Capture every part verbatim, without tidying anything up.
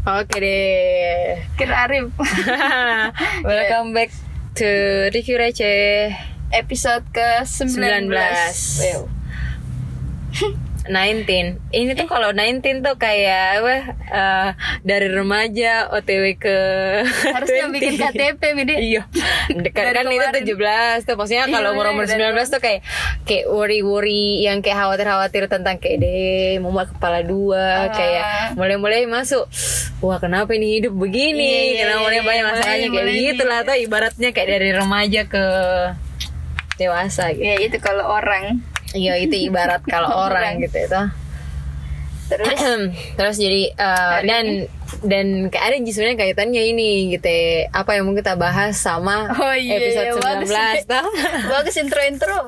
Oke deh. Kira Arif. Welcome back to Review Receh Episode ke sembilan belas. Wow. sembilan belas. Ini tuh kalau sembilan belas tuh kayak apa? Uh, dari remaja O T W ke harusnya bikin K T P Bide. Iya. Dekat kan itu tujuh belas tuh. Maksudnya kalau umur umur sembilan belas tuh kayak kayak worry-worry yang kayak khawatir-khawatir tentang kayak deh mau kepala dua, uh. kayak mulai-mulai masuk. Wah, kenapa ini hidup begini? Iya, Kenapa mulai banyak masalahnya kayak gitu lah tuh, ibaratnya kayak dari remaja ke dewasa gitu. Ya itu kalau orang. Iya, itu ibarat kalau orang gitu itu. Terus terus jadi uh, dan dan kayak ada sebenarnya kaitannya ini gitu. Apa yang mau kita bahas sama oh, iya, episode iya, sembilan belas bagus, tau? Bagus intro-intro.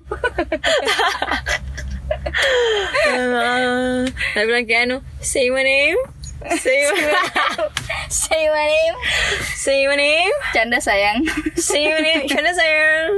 Nah, bilang kayak anu, say my name. Say my name. Say my name. Say my name. Canda sayang. Say my name. Canda sayang.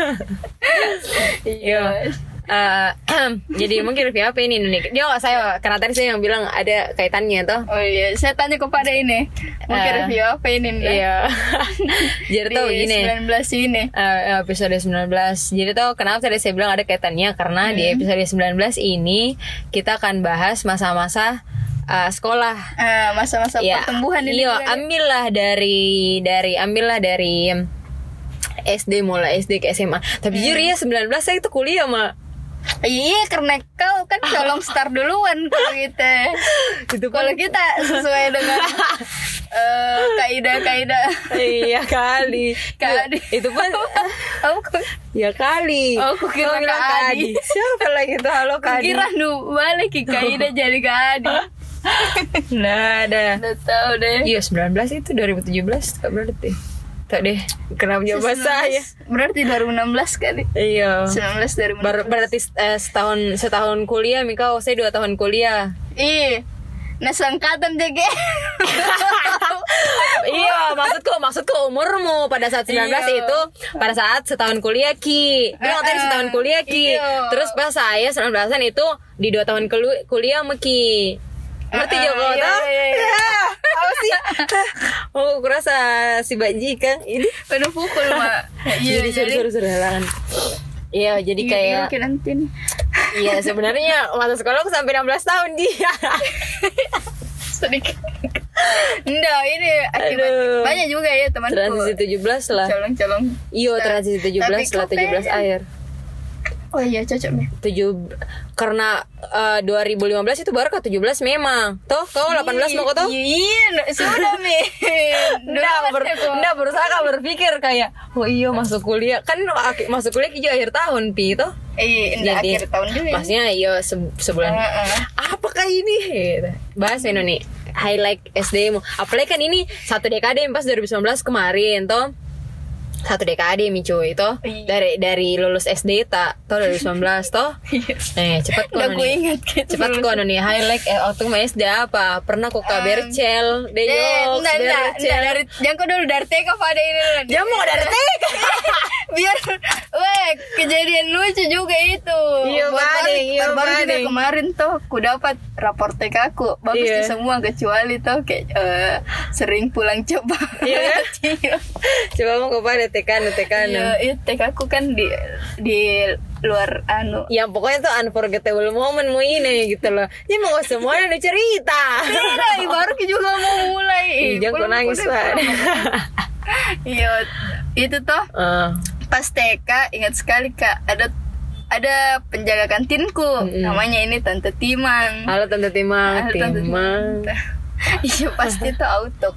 Iya. Uh, jadi mungkin review apa ini nih? Dia saya karena tadi saya yang bilang ada kaitannya tuh. Oh iya, saya tanya kepada ini. Mungkin uh, review apa ini nih? Iya. Jadi tuh gini. sembilan belas ini. Uh, episode sembilan belas. Jadi tuh kenapa tadi saya bilang ada kaitannya karena hmm. di episode sembilan belas ini kita akan bahas masa-masa Uh, sekolah, uh, masa-masa ya, pertumbuhan ini. Iya, ambillah dari dari ambillah dari S D mulai S D ke S M A. Tapi hmm. jujur ya sembilan belas saya itu kuliah, Mak. Iya, karena kau kan colong star duluan kalau kita. Itu kalau kita sesuai dengan uh, kaidah-kaidah. Iya kali. Kadi. Itu pun oh, ya kali. Oh, aku kira Kadi. Siapa lagi itu? Halo Kadi. Kira nu balik ke kaidah jadi Kadi. Nah, ada. Udah tahu deh. Iya, sembilan belas itu dua ribu tujuh belas tak berarti. Tak deh. Kenapa jawab saya? Berarti dua ribu enam belas kali. Iya. sembilan belas dua ribu enam belas. Ber- berarti uh, setahun setahun kuliah Mika, saya dua tahun kuliah. Ih. Nah, sangkatan J G. Iya, maksudku maksudku umurmu pada saat sembilan belas iyo. itu pada saat setahun kuliah Ki. Dia ngatain setahun kuliah Ki. Iyo. Terus pas saya sembilan belasan itu di dua tahun kelu- kuliah sama Ki. Ngerti uh, Joko iya, toh? Iya, iya. Apa sih? Oh, aku rasa si Baji kan ini penuh pukul, Mak. Iya, suruh-suruh halangan. Iya, jadi kayak iya, sebenarnya masa sekolah aku sampai enam belas tahun dia. Sedikit. Enggak, ini akibat Aduh. Banyak juga ya temanku. Transisi tujuh belas lah. Colong-colong. Iya, transisi tujuh belas setelah tujuh belas akhir. Oh iya, cocok nih. tujuh karena uh, dua ribu lima belas itu baru ke tujuh belas memang. Toh, kau delapan belas mau kau toh? Iya, sudah Mi. Enggak, ber, enggak berusaha kan berpikir kayak, oh iya masuk kuliah. Kan masuk kuliah hijau akhir tahun Pi toh? Iya, enggak akhir tahun juga. Maksudnya iya se- sebulan. Uh, uh. Apakah ini? Bahas ini nih. Highlight S D-mu. Apalagi kan ini satu dekade pas dua ribu sembilan belas kemarin toh. Satu dekade mi cuy toh. Iya. Dari dari lulus S D tak toh dari sembilan belas toh. Iya. Eh cepat kau nih. Cepat kau nih highlight eh, waktu main S D apa? Pernah kok um, Bercel, Deyok, eh, Bercel. Dari jangan kau dulu dari T K pada ini. Jangan mau dari T K. Biar weh kejadian lucu juga itu. Iya bading, iya bading. Kemarin tuh aku dapat rapor T K aku. Bagus iya. Semua kecuali tuh kayak uh, sering pulang cepat. Iya. Coba mau kepada T K T K Iya, itu T K aku kan di di luar anu. Ya pokoknya tuh unforgettable moment mu ini gitu loh. Ya mau semuanya ada cerita. Tidak, baru juga mau mulai. Ih, jangan nangis Pak. Iya, itu toh. Uh. Pas T K ingat sekali Kak, ada ada penjaga kantinku, mm-hmm. namanya ini Tante Timang. Halo Tante Timang. Halo, Tante Timang. Iya pasti tuh auto.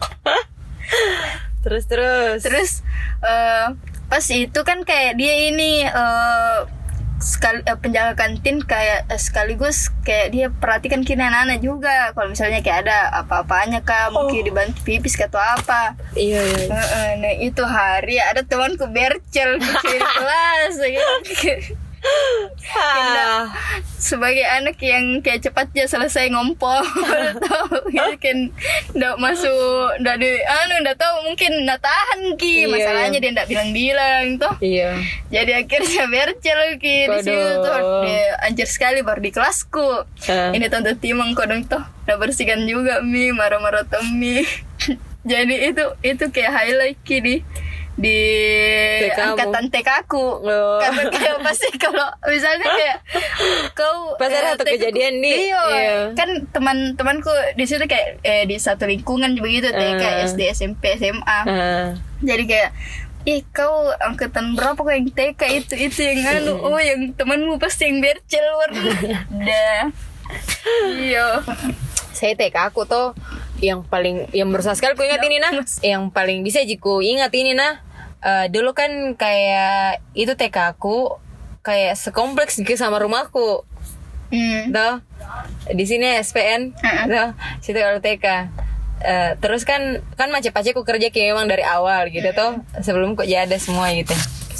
Terus terus. Terus uh, pas itu kan kayak dia ini uh, sekali uh, penjaga kantin kayak uh, sekaligus kayak dia perhatikan kini anak-anak juga. Kalau misalnya kayak ada apa-apanya Kak, mungkin oh. dibantu pipis atau apa. Iya iya. Uh, uh, nah itu hari ada temanku Bercel di kelas gitu. Wah. Sebagai anak yang kayak cepatnya selesai ngompol tahu ya kan ndak masuk ndak di anu ndak tahu mungkin ndak tahan ki Iya, masalahnya iya. dia ndak bilang-bilang toh Iya. jadi akhirnya bercel ki di Waduh. situ tuh dia anjir sekali baru di kelasku Ah. ini tante Timang kodong toh udah bersihkan juga mi marah-marah temi jadi itu itu kayak highlight ki di di T K mu. angkatan T K aku Oh. karena kayak pasti kalau misalnya kayak kau Pas ada eh, satu T K ku, kejadian nih, iya, iya. kan teman-temanku di situ kayak eh, di satu lingkungan begitu T K Ah. S D S M P S M A Ah. jadi kayak ih kau angkatan berapa kau yang T K itu itu yang anu oh yang temanmu pasti yang bercel warna dah iya Saya T K aku tuh yang paling yang berusaha sekali ku ingat ini nah, yang paling bisa jiku ingat ini nah. Eh, dulu kan kayak itu T K aku kayak sekompleks gitu sama rumahku. hmm. Tuh. Di sini S P N. Uh-uh. Tuh, situ kalau T K. Eh, terus kan kan macet-macet ku kerja kayak memang dari awal gitu tuh. Sebelum kok jadi ada semua gitu.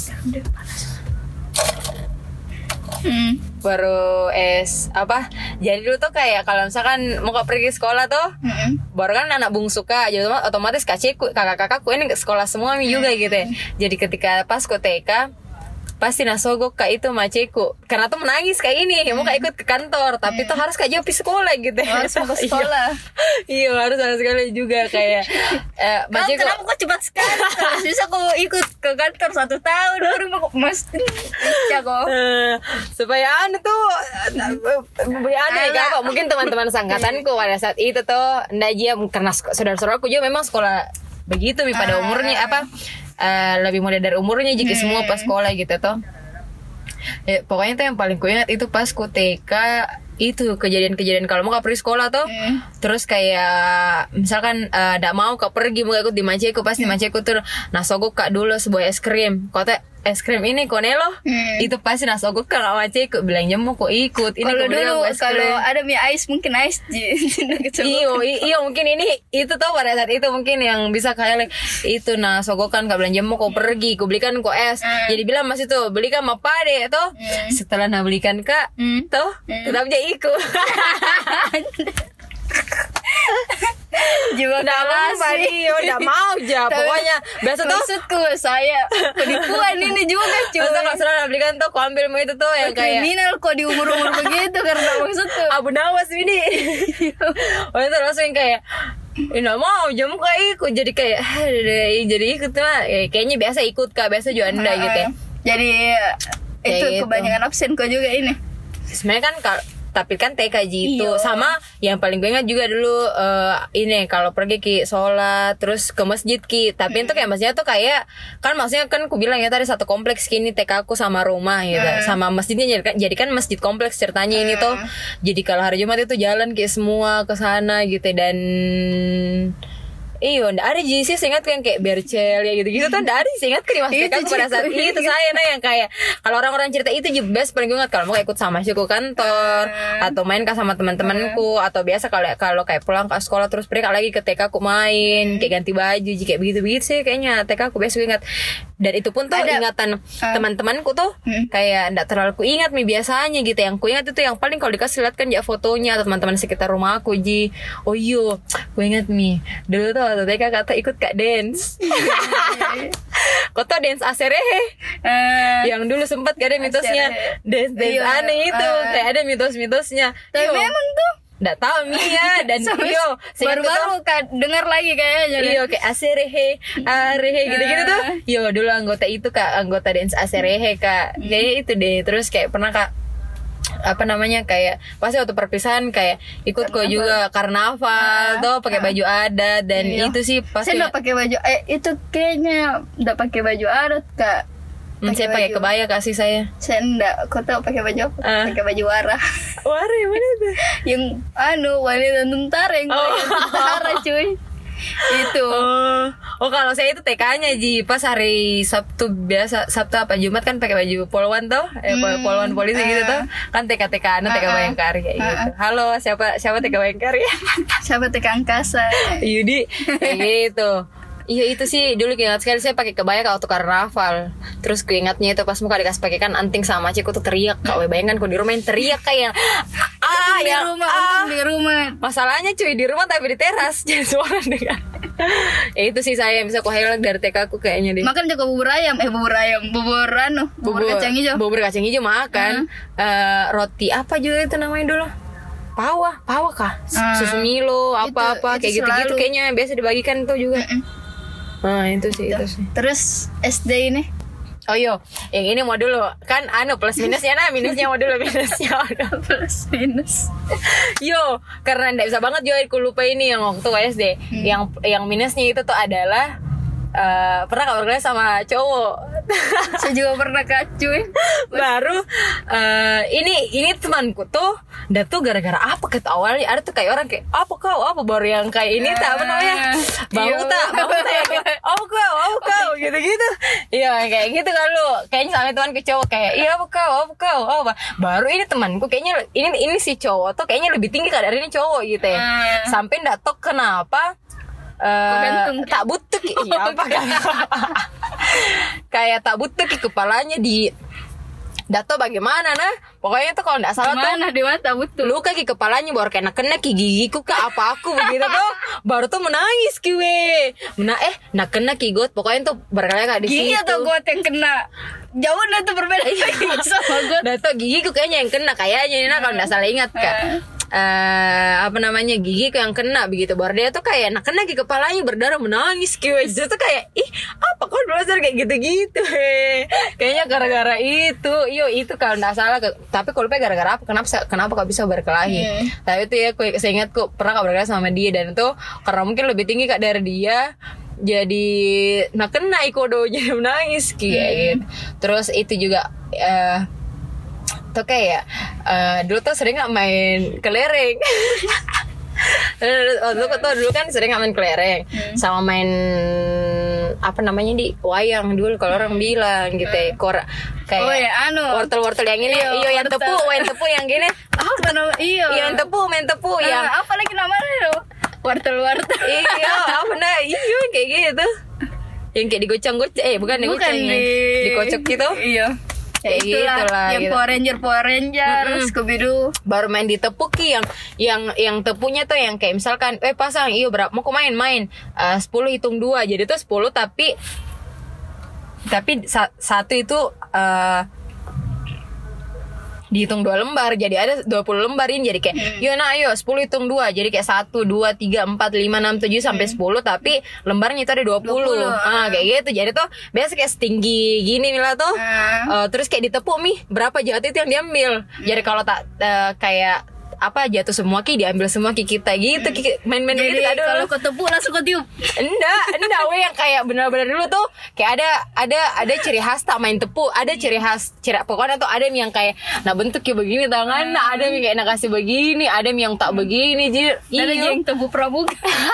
Hmm. Baru es apa? Jadi dulu tuh kayak kalau misalkan mau ke pergi sekolah tuh Mm-mm. baru kan anak bungsu kak, jadi otomatis kakakku, kakak-kakakku ini ke sekolah semua mi juga gitu ya. Jadi ketika pas ke T K pasti nasogok kak itu maceku karena tuh menangis kayak ini mau kak ikut ke kantor tapi tuh harus kak jauh pergi sekolah gitu ya. Harus mau ke sekolah. Iya harus sama sekali juga kayak eh, Kau maceku kenapa kok cepat sekali? Kalau bisa kau ikut ke kantor satu tahun baru mau mas Ica kok. Eh, supaya anu tuh supaya ada ya kak kok mungkin teman-teman sangkatanku pada saat itu tuh ndak dia karena sek- saudara-saudaraku juga memang sekolah begitu mi pada umurnya apa eh, lebih muda dari umurnya jika semua pas sekolah gitu tuh. Ya, pokoknya tuh yang paling kuingat itu pas ku T K itu kejadian-kejadian kalau mau kak pergi sekolah tuh terus kayak misalkan eh, ndak mau kak pergi mau ikut di maceku pas di maceku tuh nasogok kak dulu sebuah es krim kota es krim ini konelo Hmm. itu pasti nasogok kak maceku bilang mau kok ikut ini Kalau kok beli dulu aku es kalau krim. ada mie ice mungkin ice ji. Iyo, i- iyo mungkin ini itu tuh pada saat itu mungkin yang bisa kayak itu nah sogokan kak belanja mau kau pergi kau belikan kau es Hmm. jadi bilang mas itu belikan sama pade tuh Hmm. setelah nah belikan kak Hmm. tuh tetap aja ikut Jiwa nggak mau kelas pade nih. yo nggak mau aja pokoknya biasa tuh Maksudku saya penipuan ini juga cuy. biasa kalau sudah nah belikan tuh kau ambil mau itu tuh yang kayak Kriminal kok di umur-umur begitu karena maksudku. abu nawas ini oh itu langsung yang kayak Eh, nggak mau jam kak ikut jadi kayak "Aduh, jadi ikut mah eh, kayaknya biasa ikut kak biasa juga anda gitu ya Jadi Kayak itu gitu. kebanyakan absen kok juga ini. sebenarnya kan kalau tapi kan T K J itu Iya. sama yang paling gue ingat juga dulu eh, ini kalau pergi ki sholat terus ke masjid ki tapi itu kayak masjidnya tuh kayak kan maksudnya kan aku bilang ya tadi satu kompleks kini T K aku sama rumah gitu sama masjidnya jadi kan, jadi kan masjid kompleks ceritanya ini tuh jadi kalau hari Jumat itu jalan kayak semua ke sana gitu dan iyo, ndak ada sih seingat yang kayak bercel ya gitu-gitu tuh ndak ada sih ingat kan di Mas T K Itu pada saat cuy. itu saya nah yang kayak kalau orang-orang cerita itu juga best paling gue ingat kalau mau ikut sama suku kantor atau main kah sama teman-temanku atau biasa kalau kalau kayak pulang ke sekolah terus pergi lagi ke T K aku main kayak ganti baju kayak begitu-begitu sih kayaknya T K aku biasa gue ingat dan itu pun tuh Ada. ingatan teman-temanku tuh Hmm. kayak ndak terlalu ku ingat nih biasanya gitu yang ku ingat itu yang paling kalau dikasih lihat kan ya fotonya atau teman-teman sekitar rumah aku ji oh iyo ku ingat nih dulu tuh waktu T K kata ikut kak dance kau tau dance aserehe Eh, yang dulu sempat gak ada mitosnya Aserehe. dance dance Iya, aneh itu eh. kayak ada mitos-mitosnya tapi Yo, memang tuh nggak tahu Mia dan Sampai yo seingat baru-baru tuh, kan dengar lagi kayaknya. iyo kayak aserehe arehe gitu-gitu tuh Eh. yo dulu anggota itu kak anggota dance aserehe kak kayaknya itu deh terus kayak pernah kak apa namanya kayak pasti waktu perpisahan kayak ikut kok Karnaval. juga karnaval Ah, tuh pakai ah. baju adat dan Iya. itu sih pasti Saya nggak pakai baju eh itu kayaknya nggak pakai baju adat kak. Hmm, saya pakai baju- kebaya kasih saya Saya enggak, kau tahu pakai baju apa? Ah. Pakai baju warah. wari mana tuh Yang anu wanita tentara yang Oh. kayak tentara cuy. Itu. Oh, oh kalau saya itu T K-nya Ji pas hari Sabtu biasa Sabtu apa Jumat kan pakai baju polwan tuh, eh pol- Hmm, polwan polisi ah. gitu tuh, kan T K T K anu T K Ah, ah. Bayangkari kayak Ah, gitu. Halo siapa siapa T K Bayangkari? Siapa tekan angkasa? Yudi kayak gitu. Iya itu sih dulu ingat sekali saya pakai kebaya waktu karnaval. Terus keingatnya itu pas muka dikasih pakai kan anting sama cikgu tuh teriak. Kau bayangkan kau di rumah yang teriak kayak ah di yang rumah, ah. di rumah. Masalahnya cuy di rumah tapi di teras jadi suara dengar. Ya itu sih saya yang bisa ku highlight dari T K aku kayaknya deh. Makan juga bubur ayam, eh bubur ayam, bubur anu, bubur, bubur kacang hijau. Bubur kacang hijau makan. Uh-huh. Uh, roti apa juga itu namanya dulu? Pawa, pawa kah? Uh, Susu Milo, apa-apa kayak gitu-gitu kayaknya biasa dibagikan tuh juga. Uh-uh. Nah itu sih itu. itu sih. Terus S D ini? Oh yo, yang ini mau dulu kan anu plus minusnya nah minusnya mau dulu minusnya plus minus. Yo, karena nggak bisa banget yo aku lupa ini yang waktu S D. Hmm. Yang yang minusnya itu tuh adalah uh, pernah gak berkelas sama cowok. Saya juga pernah kacuin. Baru uh, ini ini temanku tuh, dan tuh gara-gara apa gitu awalnya ada tuh kayak orang kayak apa kau apa baru yang kayak ini tak apa namanya bau tak bau tak ya kayak oh kau oh kau gitu-gitu. Iya kayak gitu kan lu kayaknya sama temanku cowok kayak iya apa kau apa kau oh, apa baru ini temanku kayaknya ini ini si cowok tuh kayaknya lebih tinggi kan dari ini cowok gitu ya. Sampai ndak tahu kenapa Uh, tak butuh iya apa kan kayak tak butuh ki kepalanya di dato bagaimana nah pokoknya tuh kalau nggak salah gimana, tuh di mana tak butuh luka ki kepalanya baru kena kena ki gigiku ke apa aku begitu tuh baru tuh menangis ki we nah eh nak kena ki got pokoknya tuh berkali kali di situ gigi atau got yang kena jauh dah tuh berbeda sama got dato gigiku kayaknya yang kena kayaknya nah kalau nggak salah ingat kak Uh, apa namanya gigi yang kena begitu baru dia tuh kayak nak kena di kepalanya berdarah menangis kiwe itu tuh kayak ih apa kok belajar kayak gitu-gitu he. Kayaknya gara-gara itu iyo itu kalau nggak salah ke, tapi kalau gara-gara apa kenapa kenapa kok bisa berkelahi hmm. Tapi itu ya saya ingat kok pernah kok berkelahi sama dia dan itu karena mungkin lebih tinggi kak dari dia jadi nak kena ikodonya menangis kayak hmm. gitu. Terus itu juga uh, tuh kayak uh, dulu tuh sering gak main kelereng. Waktu tuh dulu kan sering gak main kelereng hmm. sama main apa namanya di wayang dulu kalau orang bilang gitu ya kor kayak oh, ya, anu. wortel-wortel yang ini iyo yang tepu yang tepu yang gini apa namanya iyo yang tepu main tepu uh, yang apa lagi namanya lo wortel-wortel iya apa nah iyo kayak gitu yang kayak digocang-gocang eh bukan digocang di... dikocok gitu iya ya itulah, itulah yang gitu. Power Ranger Power Ranger mm-hmm. Scooby-Doo baru main di tepuki yang yang yang tepunya tuh yang kayak misalkan eh pasang iyo berapa mau kau main main uh, sepuluh hitung dua jadi tuh sepuluh tapi tapi sa- satu itu uh, dihitung dua lembar jadi ada dua puluh lembar ini jadi kayak hmm. yo nah ayo sepuluh hitung dua jadi kayak satu dua tiga empat lima enam tujuh sampai sepuluh tapi lembarnya itu ada dua puluh ah kayak gitu jadi tuh biasa kayak setinggi gini Mila tuh hmm. uh, terus kayak ditepuk mi berapa jatuh itu yang diambil hmm. jadi kalau tak uh, kayak apa jatuh semua ki diambil semua ki kita gitu ki main-main jadi, gitu aduh kalau ketepuk langsung ketiup enggak enggak we yang kayak benar-benar dulu tuh kayak ada ada ada ciri khas tak main tepuk ada ciri khas ciri pokoknya tuh ada yang kayak nah bentuk kayak begini tangan hmm. nah ada yang kayak nak kasih begini ada yang tak begini jadi ada yang tepuk pramuka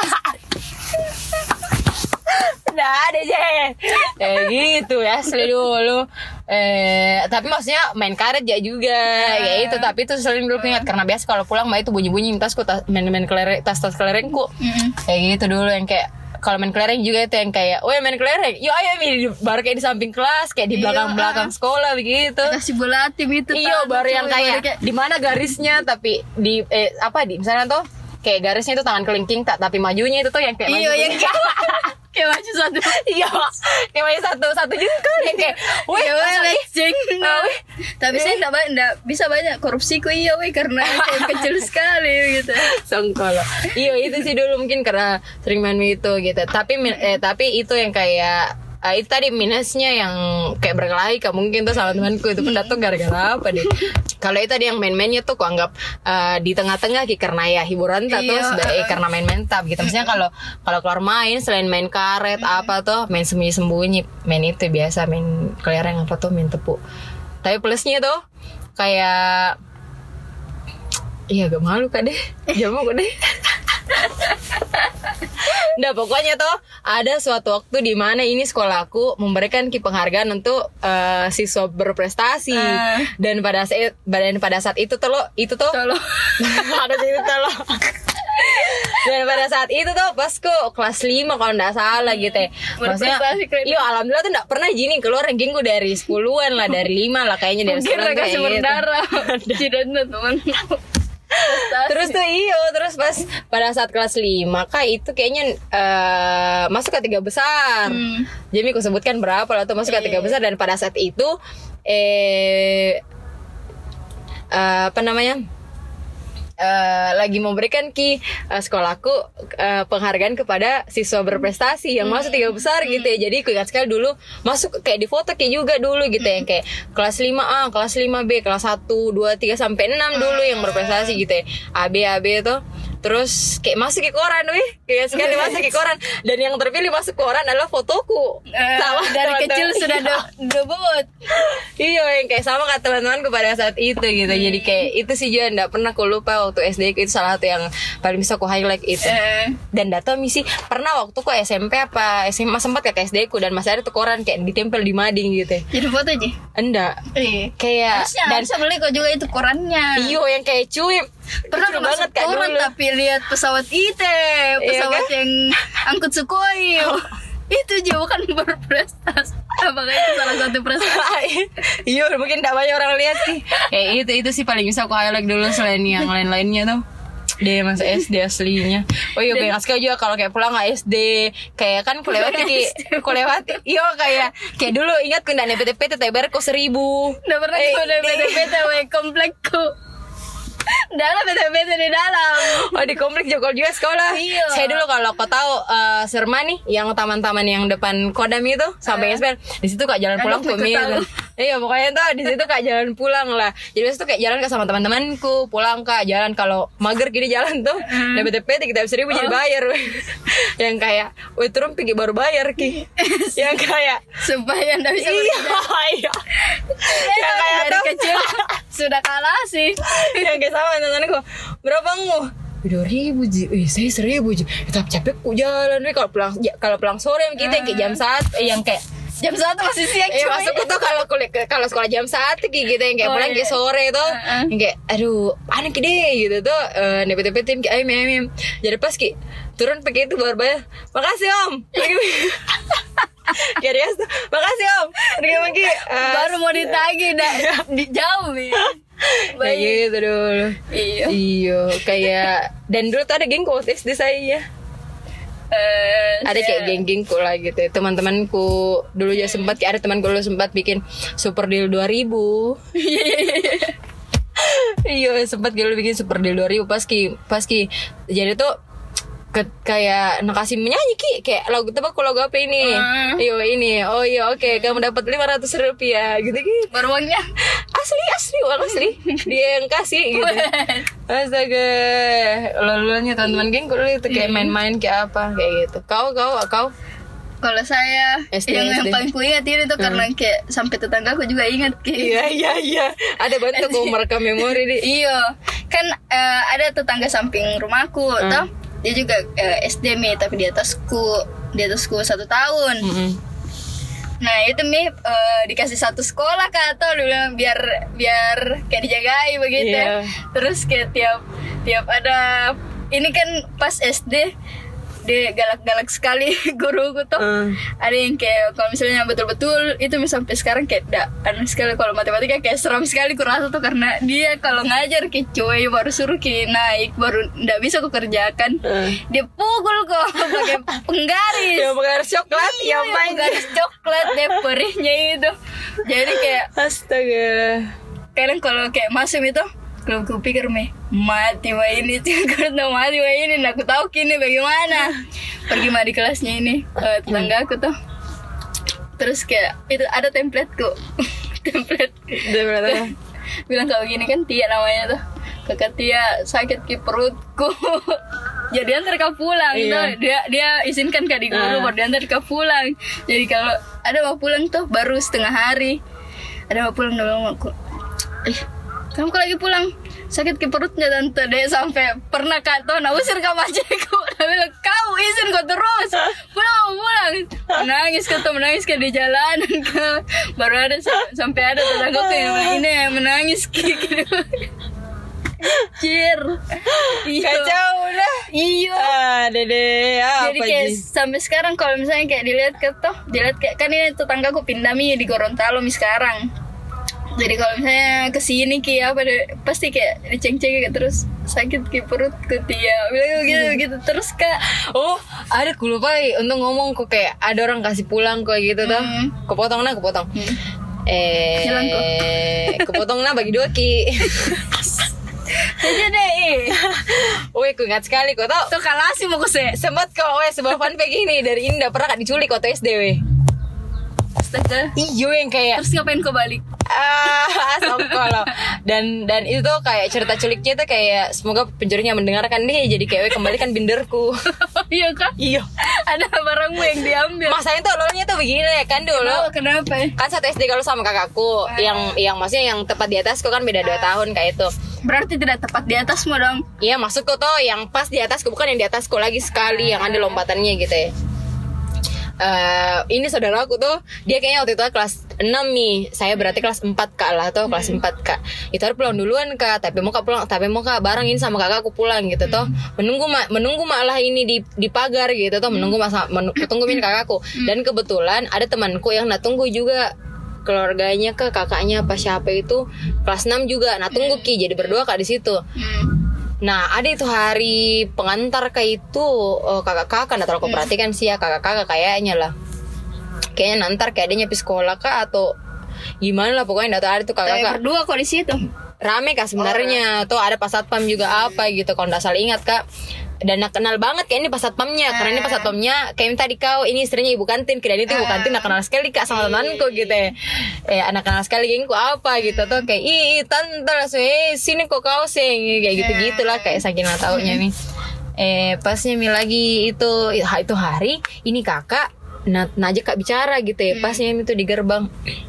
nggak ada aja kayak gitu ya asli dulu eh tapi maksudnya main karet ya juga kayak itu tapi itu sering dulu ingat karena biasa kalau pulang mah itu bunyi-bunyi tasku tas, main-main kelereng tas-tas kelerengku mm-hmm. kayak gitu dulu yang kayak kalau main kelereng juga itu yang kayak oh ya main kelereng yuk ayo Mi baru kayak di samping kelas kayak di belakang-belakang sekolah begitu kasih bola tim itu iyo baru yang kayak, kayak di mana garisnya tapi di eh apa di misalnya tuh kayak garisnya itu tangan kelingking tak tapi majunya itu tuh yang kayak iyo yang kayak maju satu iya kayak maju satu satu juga yang kayak weh leceng tapi saya nggak nggak bisa banyak korupsiku iya weh karena kayak kecil sekali gitu songkol iya itu sih dulu mungkin karena sering main itu gitu tapi eh, tapi itu yang kayak Uh, itu tadi minusnya yang kayak berkelahi kayak mungkin tuh sama temanku itu pun datang gara-gara apa deh kalau itu tadi yang main-mainnya tuh kok anggap uh, di tengah-tengah ki karena ya hiburan tak tuh sebagai karena main-main tap gitu misalnya kalau kalau keluar main selain main karet apa tuh main sembunyi-sembunyi main itu biasa main kelereng apa tuh main tepuk tapi plusnya tuh kayak iya agak malu kak deh jamu kok deh Nah pokoknya tuh ada suatu waktu di mana ini sekolahku memberikan ki penghargaan untuk uh, siswa berprestasi uh. dan pada saat dan pada saat itu tuh lo itu tuh ada itu tuh lo Dan pada saat itu tuh pas kok kelas lima kalau nggak salah gitu ya. Maksudnya iya alhamdulillah tuh nggak pernah gini keluar rankingku dari sepuluhan lah, dari lima lah kayaknya, dari sepuluhan kayak sumber gitu. darah cidana teman. Terus tuh iyo terus pas pada saat kelas lima kak itu kayaknya uh, masuk ke tiga besar. Hmm. Jadi aku sebutkan berapa lah tuh masuk ke tiga besar, dan pada saat itu eh uh, apa namanya? Uh, lagi memberikan ki uh, sekolahku uh, penghargaan kepada siswa berprestasi yang masuk tiga besar gitu ya. Jadi aku ingat sekali dulu masuk kayak di foto kayak juga dulu gitu ya, kayak kelas lima A, kelas lima B, kelas satu, dua, tiga sampai enam dulu yang berprestasi gitu ya. A B A B itu terus kayak masuk ke koran, wih kayak sekali masuk ke koran, dan yang terpilih masuk ke koran adalah fotoku. Uh, sama dari teman-teman. Kecil sudah de- debut. Iya yang kayak sama kata teman-temanku pada saat itu gitu. Hmm. Jadi kayak itu sih juga nggak pernah aku lupa waktu S D itu salah satu yang paling bisa aku highlight itu. Uh. Dan data misi pernah waktu ku S M P apa S M A sempat ke S D ku, dan masih ada tuh koran kayak ditempel di mading gitu. Jadi foto aja? Enggak. Iya. Kayak harusnya, dan bisa beli kok juga itu korannya. Iyo yang kayak cuy. Pernah banget kan koran dulu. Tapi lihat pesawat I T, pesawat iya, kan? Yang angkut Sukhoi. Oh. Itu juga bukan berprestasi. Apakah itu salah satu prestasi? Iya mungkin tidak banyak orang lihat sih. Kayak itu itu sih paling bisa aku highlight dulu, selain yang lain-lainnya tuh. Dia masa S D aslinya. Oh iya kayak sekali juga kalau kayak pulang nggak S D, kayak kan ku lewati ki, ku lewati. Iya kayak kayak dulu ingat ku ndak P T P T T B R ku seribu. Ndak pernah ku P T P T W komplekku. Dalam P T P T di dalam. Oh di komplek Jogol juga sekolah. Iya. Saya dulu kalau kau tahu uh, Serma nih yang taman-taman yang depan Kodam itu sampai uh. S P N, di situ kak jalan pulang ke Mil. Iya pokoknya tuh di situ kak jalan pulang lah. Jadi itu kayak jalan ke sama teman-temanku, pulang kak jalan kalau mager gini jalan tuh. Uh. P T P T kita seribu oh. Jadi bayar. Yang kayak, wih turun pergi baru bayar ki. Yang kayak supaya ndak bisa iya, iya. Yang kayak dari kecil sudah kalah sih. Yang kayak sama teman-temanku, berapa ngu? Dua ribu ji, eh saya seribu ji. Tapi capek ku jalan, wih kalau pulang ya, kalau pulang sore kita uh. kayak jam satu, eh, yang kayak jam satu masih siang. Eh masuk tuh kalau kuliah kalau sekolah jam satu gitu yang kayak oh, pulang iya. Kayak sore tuh, uh-uh. Yang kayak aduh aneh gede gitu tuh, uh, P T P T kayak ayam ayam. Jadi pas ki turun pakai itu baru bayar. Makasih om. Kayak dia tuh, makasih om. Pergi-pergi uh, baru mau ditagih dah di jauh nih. Kayak gitu dulu. Iya. Iya, kayak dan dulu tuh ada geng kotes di saya. Uh, ada kayak geng-gengku lah gitu. Teman-temanku dulu ya sempat kayak ada temanku dulu sempat bikin Super Deal dua ribu. Iya, sempat dulu bikin Super Deal dua ribu pas ki pas ki. Jadi tuh ke, kayak nakasih menyanyi ki kayak lagu tebak lagu apa ini uh. iyo ini oh iya oke okay. Kamu dapat lima ratus rupiah gitu gitu baru uangnya asli asli uang asli dia yang kasih gitu. Astaga laluannya teman-teman geng dulu itu kayak main-main kayak apa kayak gitu. Kau kau kau kalau saya S D, yang, S D. yang paling ku ingat itu hmm. karena kayak sampai tetangga aku juga ingat kayak iya iya iya ada bantu aku merekam memori deh. Iya kan uh, ada tetangga samping rumahku hmm. toh dia juga uh, S D mi tapi di atasku di atasku satu tahun. Mm-hmm. Nah itu mi uh, dikasih satu sekolah kak atau bilang biar biar kayak dijagai begitu. Yeah. Terus kayak tiap tiap ada ini kan pas S D dia galak-galak sekali guruku tuh. Uh. Ada yang kayak kalau misalnya betul-betul itu sampai sekarang kayak dak aneh sekali kalau matematika kayak seram sekali kurasa tuh karena dia kalau ngajar kayak cuy baru suruh ki naik baru ndak bisa aku kerjakan. Uh. Dia pukul kok pakai penggaris. Ya penggaris coklat iya, yang main penggaris coklat deh perihnya itu. Jadi kayak astaga. Kadang kalau kayak masuk itu kalau aku pikir meh mati mah ini karena mati mah ini aku tahu kini bagaimana pergi mah di kelasnya ini uh, tetangga aku tuh terus kayak itu ada templateku template template bilang kalau gini kan Tia namanya tuh kakak Tia sakit ki perutku jadi antar kau pulang iya. Tuh dia dia izinkan kak di guru uh. baru diantar kau pulang jadi kalau ada mau pulang tuh baru setengah hari ada mau pulang dulu aku eh kamu kok lagi pulang sakit ke perutnya tante deh sampai pernah kak tuh nak usir kak macetku bilang kau izin kau terus pulang pulang menangis kau tuh menangis ke di jalanan kak baru ada sampai ada tetangga tuh yang ini yang menangis gitu Anjir. Iya. Kacau udah. Iya. Ah, dede. Apa Jadi kayak Ji? sampai sekarang kalau misalnya kayak dilihat ke toh, dilihat kayak kan ini tetanggaku pindah mi di Gorontalo mi sekarang. Jadi kalau misalnya kesini ki apa deh, pasti kayak diceng-ceng kayak terus sakit ki perut ke dia bilang gitu gitu terus kak. Oh, ada ku lupa eh, untuk ngomong kok kayak ada orang kasih pulang kok gitu tuh. Hmm. Kepotong nah, kepotong. Hmm. Eh, Hilang kok. kepotong nah bagi dua ki. Aja deh. Weh, ku ingat sekali kok tau. Tuh kalah sih mau kese. Sempat kok weh sebuah fun fact ini dari Indah pernah kak diculik waktu S D weh. Astaga. Iyo yang kayak Terus ngapain kau balik? ah songkol dan dan itu tuh kayak cerita culiknya tuh kayak semoga penjurinya mendengarkan nih jadi kayak kembalikan binderku. Iya kak. Iyo. Ada barangmu yang diambil. Masanya tuh lolnya tuh begini kan dulu. Oh, kenapa? Kan satu S D kalau sama kakakku Ah. yang yang maksudnya yang tepat di atasku kan beda dua tahun kayak itu. Berarti tidak tepat di atasmu dong. Iya maksudku tuh yang pas di atasku bukan yang di atasku lagi sekali yang ada lompatannya gitu ya. Uh, ini saudara aku tuh dia kayaknya waktu itu kelas enam nih, saya berarti kelas empat kak lah tuh, kelas empat kak. Itu harus pulang duluan kak, tapi mau kak pulang, tapi mau kak bareng ini sama kakakku pulang gitu tuh. Menunggu mak, menunggu malah ini di di pagar gitu tuh, menunggu masa menunggu tungguin kakakku. Dan kebetulan ada temanku yang nak tunggu juga keluarganya ke kakaknya apa siapa itu kelas enam juga. Nah tunggu ki, jadi berdua kak di situ. Nah ada itu hari pengantar kayak itu oh, kakak-kakak, nggak terlalu aku perhatikan sih ya kakak-kakak kayaknya lah. Kayaknya nantar kayak dia nyepi sekolah kak atau gimana lah pokoknya nggak tahu ada tuh kakak-kakak. Berdua kok di situ. Rame kak sebenarnya, tuh ada pas satpam juga apa gitu kalau nggak salah ingat kak. Dan nak kenal banget kayak ini pas satpamnya, karena ini pas satpamnya kayak tadi kau ini istrinya ibu kantin, kira itu ibu kantin nak kenal sekali kak sama temanku gitu ya. Eh anak kenal sekali gengku apa gitu tuh kayak ih tante langsung eh sini kok kau sing kayak gitu gitulah kayak saking nggak taunya nih. Eh pasnya mi lagi itu itu hari ini kakak nah najak kak bicara gitu ya pasnya itu di gerbang.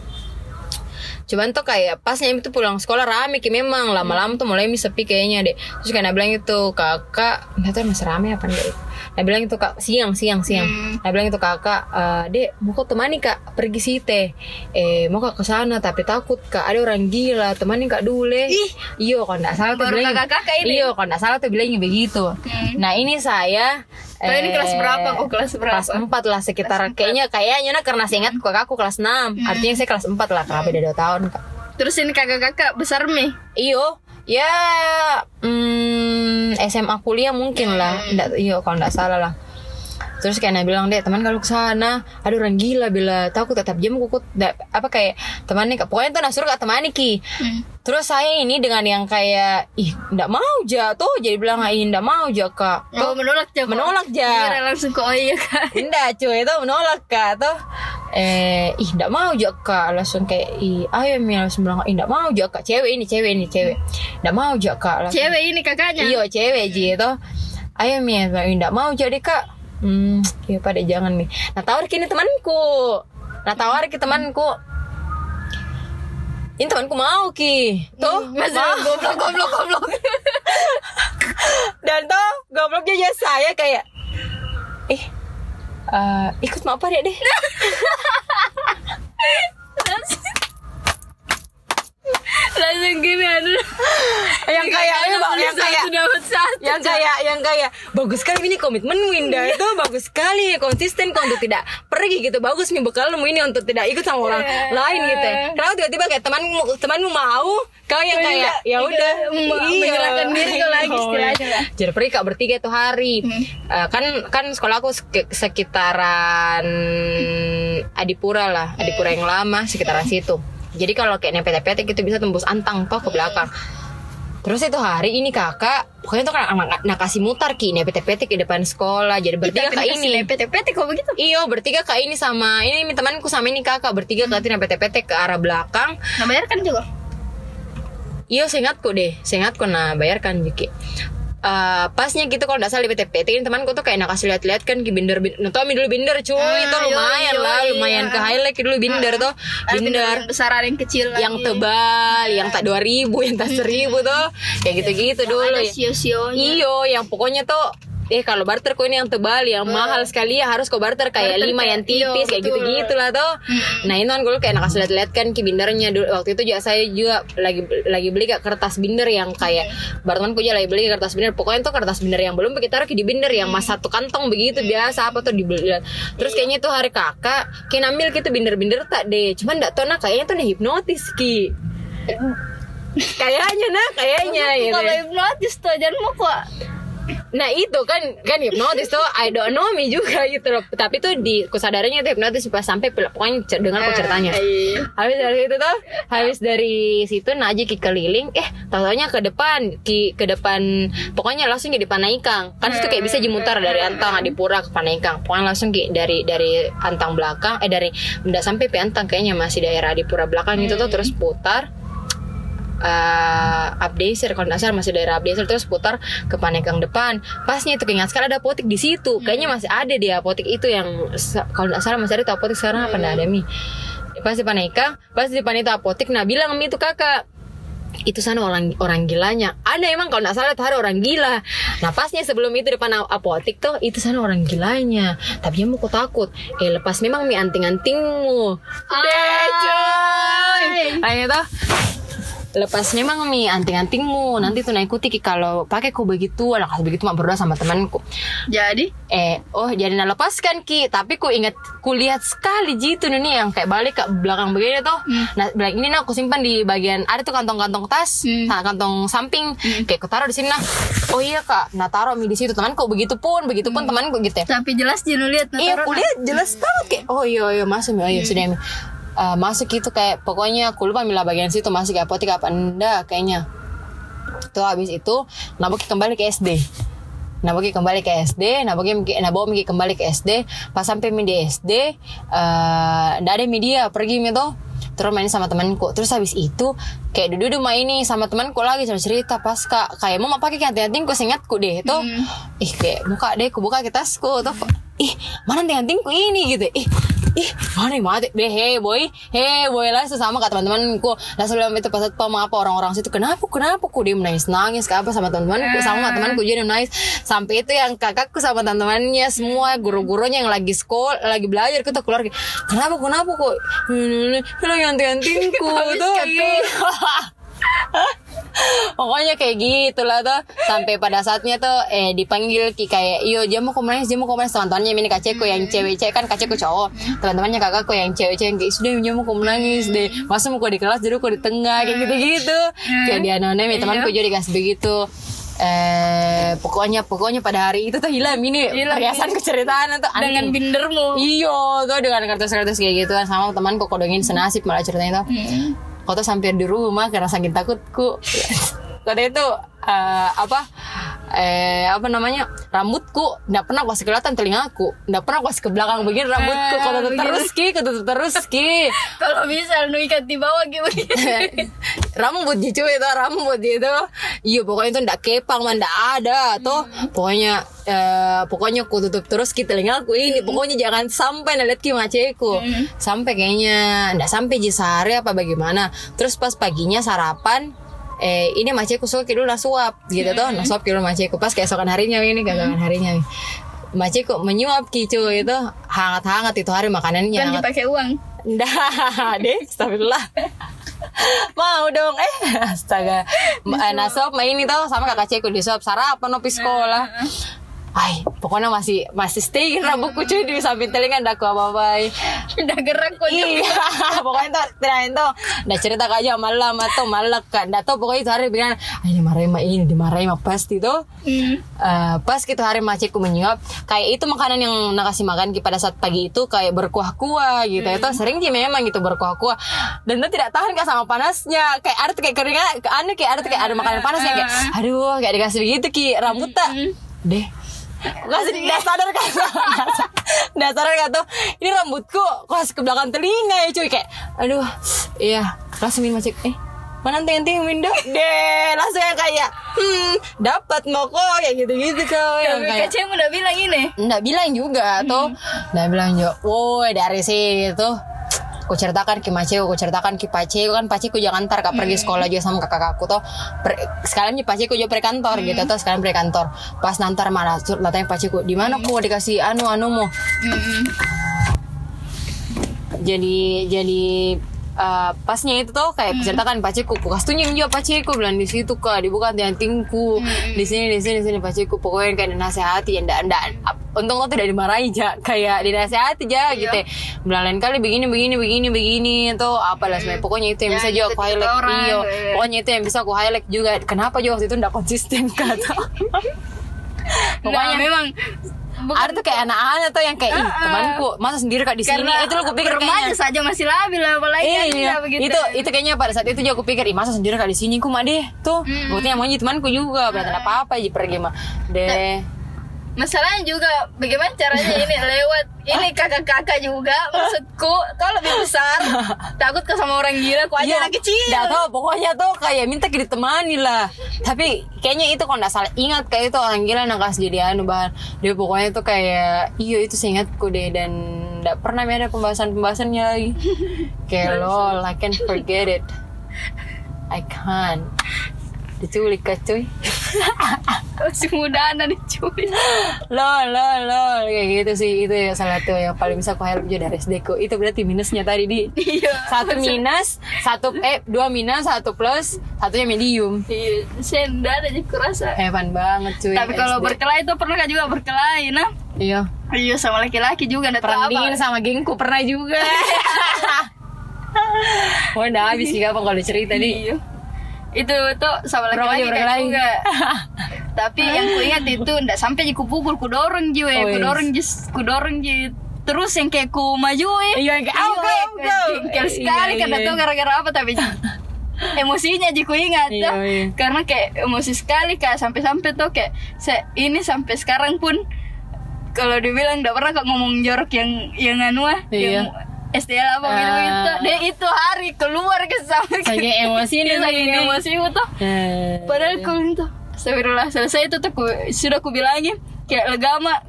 Cuman tuh kayak pasnya itu pulang sekolah rame ki memang lama-lama tuh mulai sepi kayaknya deh. Terus kayak bilang itu kakak nggak tahu masih rame apa enggak. Nah bilang itu kak siang siang siang. Hmm. Nah bilang itu kakak e, dek mau kok temani kak pergi site. Eh mau kak kesana tapi takut kak ada orang gila temani kak dulu. Iyo kalau nggak salah tuh bilang. Iyo kalau nggak salah tuh bilangnya begitu. Hmm. Nah ini saya. Kalau eh, ini kelas berapa kok kelas berapa? Kelas empat lah sekitar kayaknya kayaknya nah karena saya ingat kakakku kelas enam. Hmm. Artinya saya kelas empat lah karena beda dua tahun kak. Terus ini kakak-kakak besar mi? Iyo, ya hmm, S M A kuliah mungkin lah, nggak, iyo kalau nggak salah lah. Terus kayak bilang deh teman kalau kesana ada orang gila bila takut tetap jam kukut apa kayak temannya pokoknya tuh nasur kak temani ki. Hmm. Terus saya ini dengan yang kayak ih nggak mau ja tuh jadi bilang ih nggak mau ja kak. Oh menolak ja. Menolak ja. Kira langsung ke oh iya kak. Nggak cuy itu menolak kak tuh. Eh ih nggak mau ja kak langsung kayak ih ayo mi langsung bilang ih nggak mau ja kak cewek ini cewek ini cewek nggak mau ja kak langsung. Cewek ini kakaknya. Iya cewek ji itu ayo mi nggak mau jadi kak. Hmm, ya pada jangan nih. Nah tawar kini temanku. Nah tawar ke temanku. Ini temanku mau ki. Tuh, hmm, mau goblok goblok goblok. Dan tuh gobloknya aja saya kayak eh uh, ikut mau apa deh deh. Langsung gini aduh. yang kayak yang kayak yang kayak yang kayak bagus sekali ini komitmen Winda itu bagus sekali konsisten kau untuk tidak pergi gitu bagus nih bekalmu ini untuk tidak ikut sama orang yeah. lain gitu. Kalau tiba-tiba kayak temanmu temanmu mau kau yang kayak ya udah menyerahkan diri kau lagi istilahnya. Jadi pergi kak bertiga tuh hari hmm. uh, kan kan sekolah aku sekitaran Adipura lah Adipura yang lama sekitaran situ. Jadi kalau kayak nepet-nepet gitu bisa tembus Antang toh ke belakang. Terus itu hari ini kakak pokoknya tuh kan anak nak kasih mutar ki nepet-nepet di depan sekolah. Jadi bertiga kak ini nepet-nepet kok begitu? Iyo bertiga kak ini sama ini temanku sama ini kakak bertiga kak nepet-nepet ke arah belakang. Nah bayarkan juga? Iyo seingatku deh seingatku nah bayarkan juga. Uh, pasnya gitu kalau nggak salah di P T P T ini temanku tuh kayak nak kasih lihat-lihat kan ki binder binder nonton dulu binder cuy ah, itu lumayan yoi, lah lumayan iya. Ke highlight dulu binder ah, tuh binder besar ada yang kecil yang lagi. Tebal ah. Yang tak dua ribu yang tak seribu tuh kayak gitu-gitu dulu ya. Iyo yang pokoknya tuh eh kalau barter kok ini yang tebal yang uh. mahal sekali ya harus kau barter kayak barter lima kayak, yang tipis iyo, kayak gitu-gitu lah tuh. Hmm. Nah itu kan gue kayak nak kasih lihat-lihat kan ki bindernya dulu waktu itu juga saya juga lagi lagi beli kayak kertas binder yang kayak hmm. baru temanku juga lagi beli kertas binder pokoknya tuh kertas binder yang belum kita taruh di binder yang mas satu kantong begitu biasa apa tuh dibeli. Terus kayaknya tuh hari kakak kayak ambil gitu binder-binder tak deh cuman nggak tahu nah kayaknya tuh nih hipnotis ki. Kayaknya nah kayaknya gitu. Kalau hipnotis tuh jangan mau kok. Nah itu kan kan hipnotis tuh I don't know me juga gitu loh. Tapi tuh di kesadarannya itu hipnotis pas sampai pokoknya dengar kok ceritanya. Habis dari itu tuh habis dari situ Naji ki keliling eh tahu-taunya ke depan ki ke depan pokoknya langsung di Panaikang. Kan itu kayak bisa dimutar dari Antang Adipura ke Panaikang. Pokoknya langsung ki dari dari Antang belakang eh dari enggak sampai pe Antang kayaknya masih daerah Adipura belakang itu tuh terus putar Uh, Abdesir kalau nggak salah masih daerah Abdesir terus putar ke Panaikang depan pasnya itu keingat sekali ada apotek di situ kayaknya masih ada di apotek itu yang kalau nggak salah masih ada tuh apotek sekarang apa nggak ada mi pas di Panaikang pas di depan itu apotek nah bilang mi itu kakak itu sana orang orang gilanya ada emang kalau nggak salah tuh ada orang gila nah pasnya sebelum itu depan apotek tuh itu sana orang gilanya tapi dia mau kok takut eh lepas memang mi anting-antingmu deh coy ayo tuh lepas memang mi anting-antingmu nanti tuh naik ikuti kalau pakai ku begitu anak begitu mak berdua sama temanku jadi eh oh jadi nak lepaskan ki tapi ku ingat ku lihat sekali gitu nih yang kayak balik ke belakang begini tuh hmm. nah belakang ini nah aku simpan di bagian ada tuh kantong-kantong tas hmm. nah kantong samping hmm. kayak ku taruh di sini nah oh iya kak nah taruh mi di situ temanku begitu pun begitu pun hmm. temanku gitu ya tapi jelas dia lihat nah, iya ku lihat jelas banget kayak oh iya iya masuk oh iya hmm. sudah Uh, masuk itu kayak pokoknya aku lupa milah bagian situ masuk ke apotek apa enggak kayaknya tuh habis itu Naboki kembali ke S D Naboki kembali ke S D Naboki Naboki kembali ke S D pas sampai mi di S D uh, ndak ada media pergi mi tuh terus main sama temanku terus habis itu kayak duduk-duduk main ini sama temanku lagi sama cerita pas kak kayak mau pakai anting-antingku seingatku deh tuh hmm. ih kayak buka deh aku buka ke tasku tuh ih mana anting-antingku ini gitu ih ih mana yang mati deh hey boy hey boy lah sesama kata teman-temanku lah sebelum itu pas apa apa orang-orang situ kenapa kenapa ku dia menangis nangis ke apa sama teman-temanku sama temanku jadi menangis sampai itu yang kakakku sama teman-temannya semua guru-gurunya yang lagi sekolah lagi belajar kita keluar kenapa kenapa kok hilang anting-antingku tuh pokoknya kayak gitulah tuh sampai pada saatnya tuh eh dipanggil ki kayak iyo dia mau komunis dia mau komunis teman-temannya ini kaceko yang cewek-cewek kan kaceko cowok teman-temannya kakakku yang cewek-cewek kayak sudah dia mau komunis deh masa mau di kelas dulu kok di tengah kayak gitu-gitu kayak dia anonim temanku juga dikasih begitu eh pokoknya pokoknya pada hari itu tuh hilang ini perhiasan keceritaan tuh dengan bindermu iyo tuh dengan kertas-kertas kayak gitu sama temanku kodongin senasib malah ceritanya tuh kau tuh sampai di rumah karena saking takutku kau itu uh, apa eh apa namanya rambutku nggak pernah pas kelihatan telingaku nggak pernah pas ke belakang begini rambutku kau tutup terus ki kau tutup terus ki kalau bisa nu ikat di bawah gitu rambut gitu itu rambut itu iya pokoknya itu nggak kepang mah nggak ada tuh hmm. pokoknya eh, pokoknya ku tutup terus ki telingaku ini hmm. pokoknya jangan sampai nalihat ki maceku hmm. sampai kayaknya nggak sampai di sehari apa bagaimana terus pas paginya sarapan eh ini maceku suka dulu nasuap gitu tuh mm-hmm. nasuap dulu maceku pas keesokan harinya ini keesokan harinya maceku menyuap kicu itu hangat-hangat itu hari makanannya kan dipakai uang dah deh astagfirullah mau dong eh astaga nasuap main ini tuh sama kakak ceku disuap sarapan opi sekolah ay pokoknya masih masih stay rambutku cuy di samping telinga ndak ku apa-apa udah gerak kok iya pokoknya tuh terakhir tuh ndak cerita aja malam atau malak kan ndak tahu pokoknya itu hari bilang ay dimarahin mah ini dimarahin mah pasti tuh mm. uh, pas gitu hari macetku menyuap kayak itu makanan yang nak kasih makan pada saat pagi itu kayak berkuah-kuah gitu mm. itu sering sih memang gitu berkuah-kuah dan tuh tidak tahan kan sama panasnya kayak ada tuh kayak keringat aneh kayak ada tuh kayak ada makanan panas yang kayak aduh kayak dikasih begitu ki rambut tak mm. deh kasih nggak sadar kan nggak sadar kan tuh ini rambutku kok ke belakang telinga ya cuy kayak aduh iya langsung min macet eh mana anting-anting minda deh langsung yang kayak hmm dapat mau kok kayak gitu-gitu kau yang kayak kacang udah bilang ini nggak bilang juga tuh nggak hmm. bilang juga woi dari situ ku ceritakan ke maceku, ku ceritakan ke paceku kan paceku jangan antar kak pergi sekolah juga sama kakak-kakakku toh. Per, sekalian paceku juga pergi kantor hmm. gitu toh, sekalian pergi kantor. Pas nantar malah latanya paceku, di mana hmm. ku dikasih anu anu mu. Hmm. Jadi jadi Uh, pasnya itu tuh kayak mm. ceritakan paciku, kukas tunjuk juga paciku bilang di situ kak dibuka tiangtingku mm. di sini di sini di sini paciku pokoknya kayak dinasehati ya ndak ndak untung lo tidak dimarahi aja kayak dinasehati aja gitu ya. Bilang lain kali begini begini begini begini tuh apalah sebenarnya pokoknya itu yang ya, bisa juga aku highlight iyo pokoknya itu yang bisa aku highlight juga kenapa juga waktu itu ndak konsisten kata pokoknya nah, memang bukan, ada tuh kayak anak-anak tuh yang kayak ih uh, temanku masa sendiri kak di sini itu lo kupikir kayaknya saja masih labil apalagi iya, iya. begitu itu itu kayaknya pada saat itu juga aku pikir ih masa sendiri kak di sini ku mah deh tuh hmm. buktinya mau temanku juga berarti uh, apa aja pergi mah deh masalahnya juga bagaimana caranya ini lewat ini kakak-kakak juga maksudku kau lebih besar takut ke sama orang gila kau aja ya, anak kecil nggak tahu pokoknya tuh kayak minta ditemani lah tapi kayaknya itu kalau nggak salah ingat kayak itu orang gila nak kasih jadi anu bahan dia pokoknya tuh kayak iyo itu seingatku deh dan nggak pernah ada pembahasan-pembahasannya lagi kayak lol I can't forget it I can't diculik kak cuy masih muda anak diculik lol lol lol kayak gitu sih itu ya salah satu yang paling bisa aku highlight juga dari S D ku itu berarti minusnya tadi di iya, satu minus satu eh dua minus satu plus satunya medium iya senda aja kurasa hebat banget cuy tapi kalau berkelahi itu pernah kak juga berkelahi nah iya iya sama laki-laki juga nggak perang dingin sama gengku pernah juga wah udah habis sih kapan kalau cerita nih itu tuh sama laki-laki kan juga tapi yang ku ingat itu ndak sampai ku pukul ku dorong jiwa oh, ku dorong jis ku dorong ji terus yang kayak ku maju iya kayak au au kayak sekali karena tuh gara-gara apa tapi emosinya ji ku ingat iya, iya. Karena kayak emosi sekali kak sampai-sampai tuh kayak se- ini sampai sekarang pun kalau dibilang ndak pernah kak ngomong jorok yang yang anu ah iya. yang S D L apa uh, gitu gitu deh itu hari keluar ke sama saking emosi nih saking emosi itu uh, padahal kalau itu astagfirullah selesai itu tuh ku, sudah ku bilangin kayak legama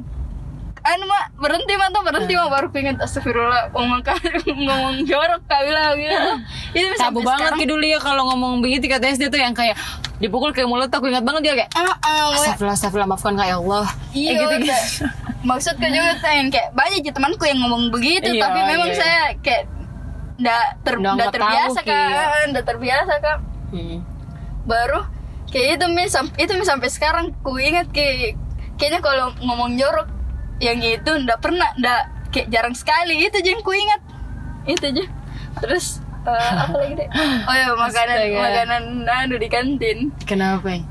anu mak berhenti mak tuh berhenti mak baru pengen astagfirullah ngomong ngomong jorok kak bilang gitu ini tabu banget dulu ya kalau ngomong begitu kata S D tuh yang kayak dipukul kayak mulut aku ingat banget dia kayak uh, uh, astagfirullah astagfirullah maafkan kak ya Allah iya eh, gitu gitu maksudku juga yang kayak banyak aja temanku yang ngomong begitu iya, tapi memang iya. saya kayak ndak ter, ndak terbiasa kan ndak terbiasa kan hmm. baru kayak itu mis itu mis sampai sekarang ku ingat kayak kayaknya kalau ngomong jorok yang itu ndak pernah ndak kayak jarang sekali itu aja yang ku ingat itu aja terus uh, apa lagi deh oh ya makanan Astaga. makanan anu di kantin kenapa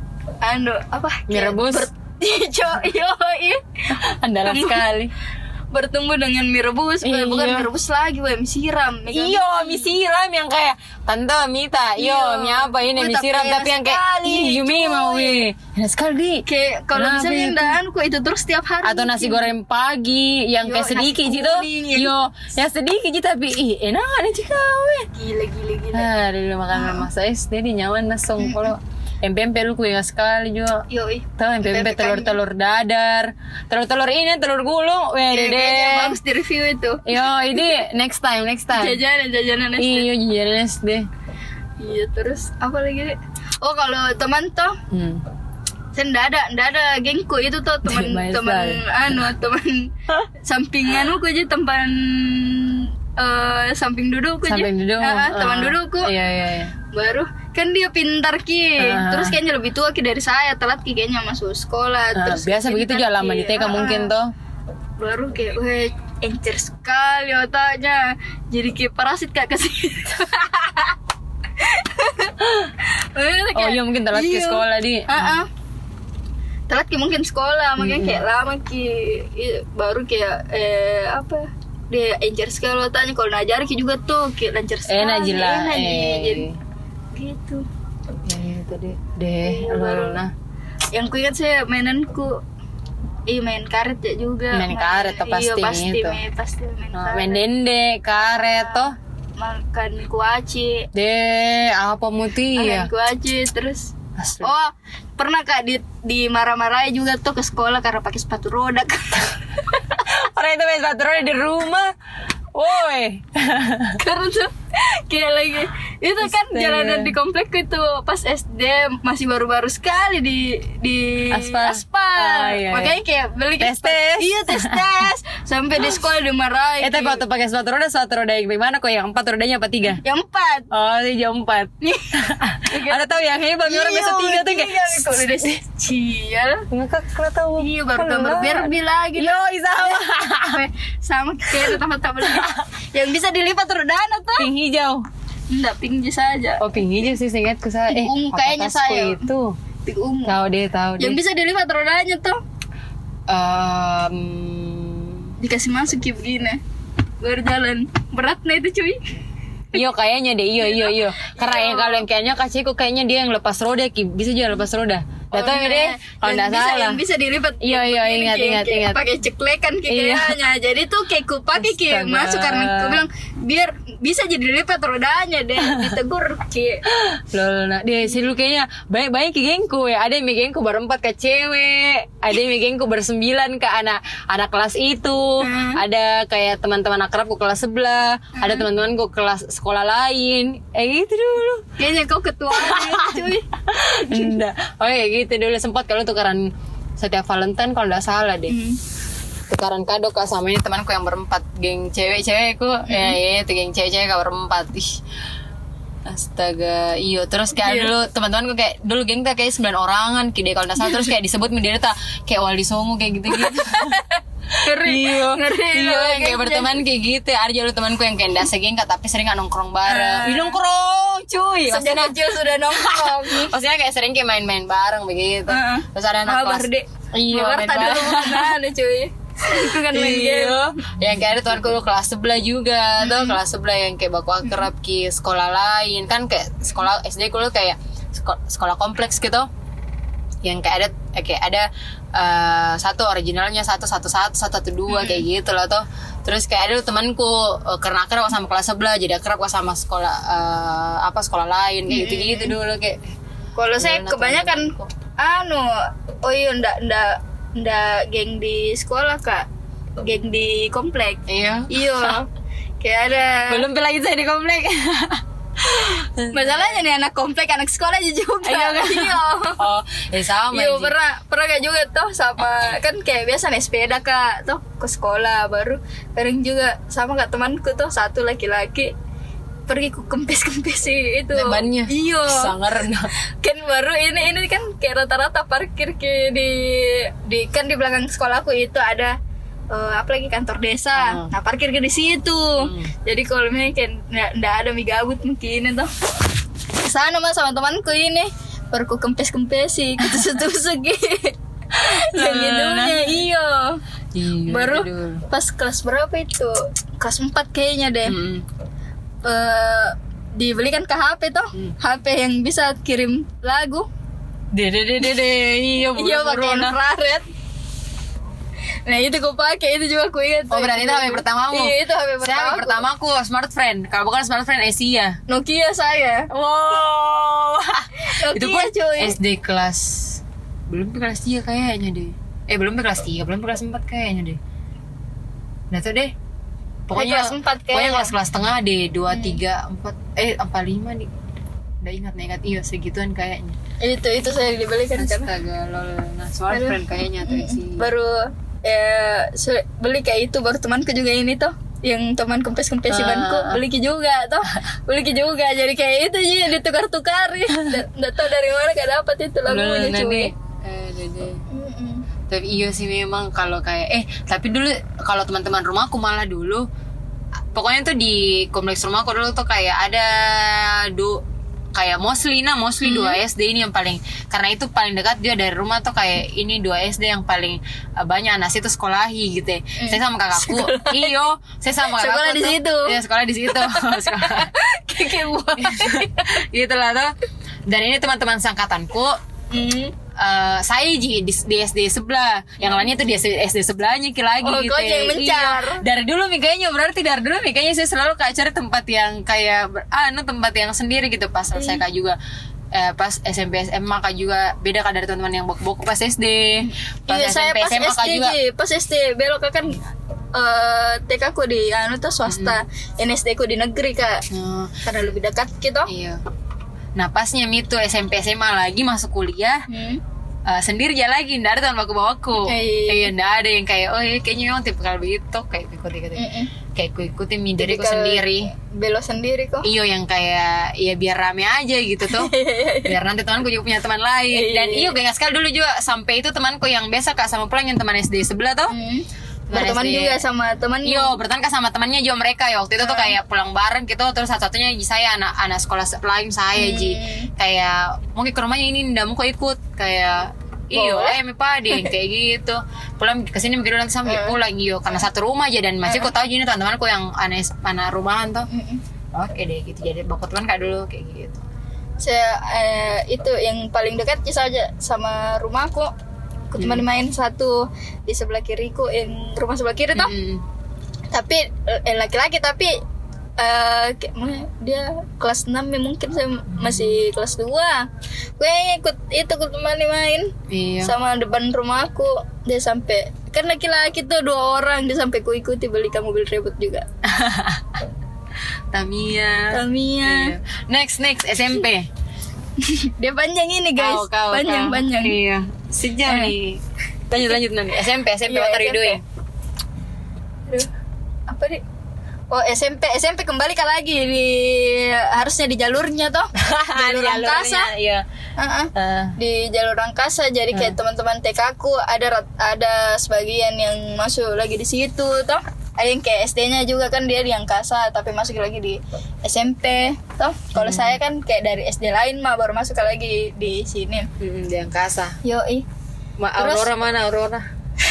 anu apa mie rebus Ijo, yo, iya, andalan sekali. Bertemu dengan mie rebus, iya. bukan mie rebus lagi, weh, mie siram. Iyo, mie siram yang kayak tante Mita, yo, mie apa ini mie siram tapi yang kayak iyo mie mau weh. Enak sekali. Kayak kalau misalnya ndahan ku itu terus setiap hari. Atau nasi goreng pagi yang kayak sedikit gitu. Yo, yang sedikit gitu tapi ih enak nih jika weh. Gila gila gila. Ah, dulu makan masa S D di nyaman nasong kalau M P M P lu ku ingat sekali juga. Yoi. Tahu M P M P telur-telur dadar, telur-telur ini telur gulung, weh dede. Bagus di review itu. Yo, ini next time, next time. Jajanan jajanan S D. Iya, jajanan S D. Iya, terus apa lagi? Oh, kalau teman tuh. Hmm. Saya ndak ada, ndak ada gengku itu tuh teman-teman anu, teman sampingan aku aja tempat uh, samping dudukku aja. Samping duduk. Uh, teman uh, dudukku. Iya, iya, iya. Baru kan dia pintar ki, uh, terus kayaknya lebih tua ki dari saya, telat ki kayaknya masuk sekolah. Uh, terus biasa begitu juga lama di T K uh, mungkin tuh. Baru kayak, weh, encer sekali otaknya, jadi kayak parasit kak ke situ. Oh iya mungkin telat ke sekolah di. Uh-uh. Telat ki mungkin sekolah, makanya hmm. kayak lama ki, baru kayak eh apa? Dia encer sekali otaknya, kalau ngajar ki juga tuh kayak lancar sekali. Enak jelas. Enak eh. Jadi gitu. Ya tadi deh, lalu nah. Yang ku ingat saya mainanku, iya main karet ya juga. Main karet tuh pasti, iya, pasti itu. Main, pasti main oh, karet. Main dende, karet toh. Makan kuaci. Deh, apa muti ya? Makan kuaci terus. Asli. Oh, pernah kak di di marah-marahin juga tuh ke sekolah karena pakai sepatu roda. Orang itu main sepatu roda di rumah. Woi. Karena tuh kayak lagi itu kan Astaga. jalanan di komplek itu pas S D masih baru-baru sekali di di Aspal. Ah, iya, makanya kayak beli Tes, tes. iya tes tes sampai di sekolah dimarahin. Eh tapi waktu pakai sepatu roda, sepatu roda yang gimana kok? Yang empat rodanya apa tiga? yang empat. Oh, ini jam empat. Ada tahu yang ini bagi orang biasa tiga tuh kayak. kalau udah cial. Enggak kena tahu. Iya baru gambar Barbie lagi. Yo, sama. Sama kayak tempat-tempat beli. Yang bisa dilipat rodanya tuh. Pink hijau. Enggak, pink saja. Oh, pink hijau sih seingatku saya. Pink ungu apa kayaknya tasku saya. itu. Pink ungu. Tahu deh, tahu deh. Yang bisa dilipat rodanya tuh. Em, Dikasih masuk kayak begini. Berjalan. Berat nih itu cuy. iyo kayaknya deh, iyo iyo iyo. Karena yang kalau yang kayaknya kasihku kayaknya dia yang lepas roda, Ki. Bisa juga lepas roda. Gak tahu ya deh, kalau Yang enggak bisa- salah. Yang bisa dilipat. Iya, iya, begini, ingat, kayak- ingat, kayak ingat. Pakai ceklekan kayak Iya. kayaknya. Jadi tuh kayak ku pakai kayak Astaga. masuk karena aku bilang biar bisa jadi dilipat rodanya deh. Ditegur kayak Lol, nah, dia sih dulu kayaknya banyak-banyak ke gengku ya. Ada yang gengku berempat ke cewek, ada yang gengku bersembilan ke anak anak kelas itu, Hmm. ada kayak teman-teman akrabku kelas sebelah, ada teman-temanku kelas sekolah lain. Eh gitu dulu. kayaknya kau ketuanya cuy. Enggak. Oh ya gitu dulu sempat kalau tukaran setiap Valentine kalau enggak salah deh. Hmm. Tukaran kado kak sama ini temanku yang berempat, geng cewek-cewekku. Ya iya itu geng cewek-cewek kak berempat. Ih. Astaga, iyo terus kayak Iya. dulu teman-temanku kayak dulu geng tak kayak sembilan orangan kide kalau nggak salah terus kayak disebut media tak kayak Wali Songo kayak gitu-gitu. Ngeri. Iya, Ngeri. iya yang kayak Gengnya. berteman kayak gitu. Ada juga temanku yang kayak ndak segeng kak tapi sering nggak nongkrong bareng. Ah. Ih, nongkrong, cuy. Sejak Maksudnya, kecil sudah nongkrong. maksudnya kayak sering kayak main-main bareng begitu. Heeh. Terus ada anak Ah, kelas. Barde. Iya, main Barta dulu bareng. mana ada cuy. Itu kan main game. Iya, yang kayak ada temanku dulu kelas sebelah juga tuh kelas sebelah yang kayak baku akrab ki sekolah lain kan kayak sekolah S D dulu kayak sekolah, sekolah kompleks gitu yang kayak ada eh, kayak ada eh, satu originalnya satu satu satu satu satu dua kayak gitu lah tuh terus kayak ada temanku eh, karena akrab sama kelas sebelah jadi akrab sama sekolah eh, apa sekolah lain kayak gitu gitu dulu kayak Kalau saya Gimana kebanyakan teman-temanku? anu, oh iya ndak ndak ndak geng di sekolah kak, geng di komplek. iya Iya, kayak ada. belum lagi saya di komplek. Masalahnya nih anak komplek, anak sekolah aja juga. Iya kan? Iya. Oh, ya sama. Iya Ji. pernah pernah gak juga tuh sama kan kayak biasa naik sepeda kak tuh ke sekolah baru bareng juga sama kak temanku tuh satu laki-laki pergi ku kempes-kempes itu Lebannya. iya Sangar. kan baru ini ini kan kayak rata-rata parkir ke di di kan di belakang sekolahku itu ada eh, apa lagi kantor desa Hmm. nah parkir ke di situ jadi kalau misalnya kayak nggak nggak ada mie gabut mungkin itu sana mas sama temanku ini baru ku kempes-kempesi ku tusuk-tusuk gitu yang hidungnya iya Iya, baru aduh. pas kelas berapa itu kelas empat kayaknya deh Mm. eh dibelikan ke H P toh Hmm. H P yang bisa kirim lagu Dede dede dede iya iya pakai corona. infrared nah itu gue pakai itu juga aku ingat Oh berarti itu H P pertamamu. iya itu H P Saya H P pertama pertamaku Smart Friend. Kalau bukan Smart Friend Asia. Nokia saya Wow. Itu Nokia pun cuy S D kelas belum ke kelas tiga kayaknya deh. Eh belum ke kelas tiga, belum ke kelas empat kayaknya deh. Nggak tahu deh. Pokoknya kelas empat Pokoknya kayaknya. kelas-kelas tengah deh, dua, tiga, empat, eh empat lima nih. Udah ingat nih ingat iya segituan kayaknya. itu itu saya dibelikan karena Astaga lol. Nah, Smart Aduh. Friend kayaknya tuh Asia. baru ya se- beli kayak itu baru temanku juga ini toh yang teman kempes kempes Ah. banku beli ki juga toh beli ki juga jadi kayak itu aja ditukar tukari nggak tahu dari mana gak dapat itu lagunya Lol, cuy nanti. Eh, dede. Mm-mm. Tapi iya sih memang kalau kayak eh tapi dulu kalau teman-teman rumahku malah dulu pokoknya tuh di kompleks rumahku dulu tuh kayak ada du kayak mostly nah mostly Hmm. dua S D ini yang paling karena itu paling dekat dia dari rumah tuh kayak ini dua S D yang paling uh, banyak anak situ sekolahi gitu ya. Saya sama kakakku iyo saya sama kakakku Sekolah di tuh- situ. iya sekolah di situ sekolah kayak buat gitu lah tuh dan ini teman-teman sangkatanku Hmm. Eh, saya di, di, di S D sebelah, yang lainnya tuh di S D, S D sebelahnya ki lagi Oh, gitu. kau yang mencar. Iya. Dari dulu nih kayaknya berarti dari dulu nih kayaknya saya selalu kak cari tempat yang kayak ber- ah, no, tempat yang sendiri gitu pas selesai kak juga. Eh, pas S M P S M A kak juga beda kak dari teman-teman yang bok-bok pas S D. Pas Iya saya S M P pas S M A S D kak juga. Ji. Pas S D belok kan uh, T K ku di anu tuh swasta, mm-hmm. N S D ku di negeri kak, oh. Karena lebih dekat gitu. Iya. Nah pasnya Mi tuh S M P S M A lagi masuk kuliah, hmm. uh, sendiri aja lagi, nggak ada teman baku-baku. Iya, nggak ada yang kayak oh iya kayaknya memang tipe kalau begitu kayak ikut-ikut, kayak ikut-ikutin Mi dari ku sendiri. Belo sendiri kok. Iyo yang kayak ya biar rame aja gitu tuh. Biar nanti temanku juga punya teman lain. Dan iyo banyak sekali dulu juga sampai itu temanku yang biasa kak sama pulang yang teman S D sebelah tuh. Hmm. Berteman juga sama temannya. Yo, berteman kan sama temannya juga mereka ya. Waktu itu tuh kayak pulang bareng gitu. Terus satu-satunya saya anak anak sekolah lain saya hmm. Ji. Kayak mungkin ke rumahnya ini ndak mau ikut kayak iyo, eh mi pade kayak gitu. Pulang kesini mikir nanti sampai uh. pulang iyo karena satu rumah aja dan masih uh. kok tahu gini teman-temanku yang anak anak rumahan tuh. Uh-uh. Oke deh gitu jadi bakal teman kak dulu kayak gitu. Saya eh, itu yang paling dekat saja sama rumahku. Aku cuma hmm. main satu di sebelah kiriku yang rumah sebelah kiri tuh. Hmm. Tapi eh, laki-laki tapi Uh, dia kelas enam ya mungkin saya masih kelas dua. Gue ikut itu ikut teman main iya. Sama depan rumahku. Dia sampai kan laki-laki tuh dua orang dia sampai ku ikuti belikan mobil rebut juga. Tamia. Tamia. Iya. Next next S M P. Dia panjang ini guys. Kau, kau, panjang kau. panjang. Iya. Sejam nih. Lanjut lanjut nanti. S M P S M P what are you doing? Aduh. Apa nih? Oh S M P S M P kembali kan lagi di harusnya di jalurnya toh jalur angkasa iya. uh-uh. uh. Di jalur angkasa jadi kayak uh. teman-teman T K ku ada ada sebagian yang masuk lagi di situ toh ada yang kayak S D-nya juga kan dia di angkasa tapi masuk lagi di S M P toh kalau hmm. saya kan kayak dari S D lain mah baru masuk lagi di sini hmm, di angkasa yoi Ma Aurora terus, mana Aurora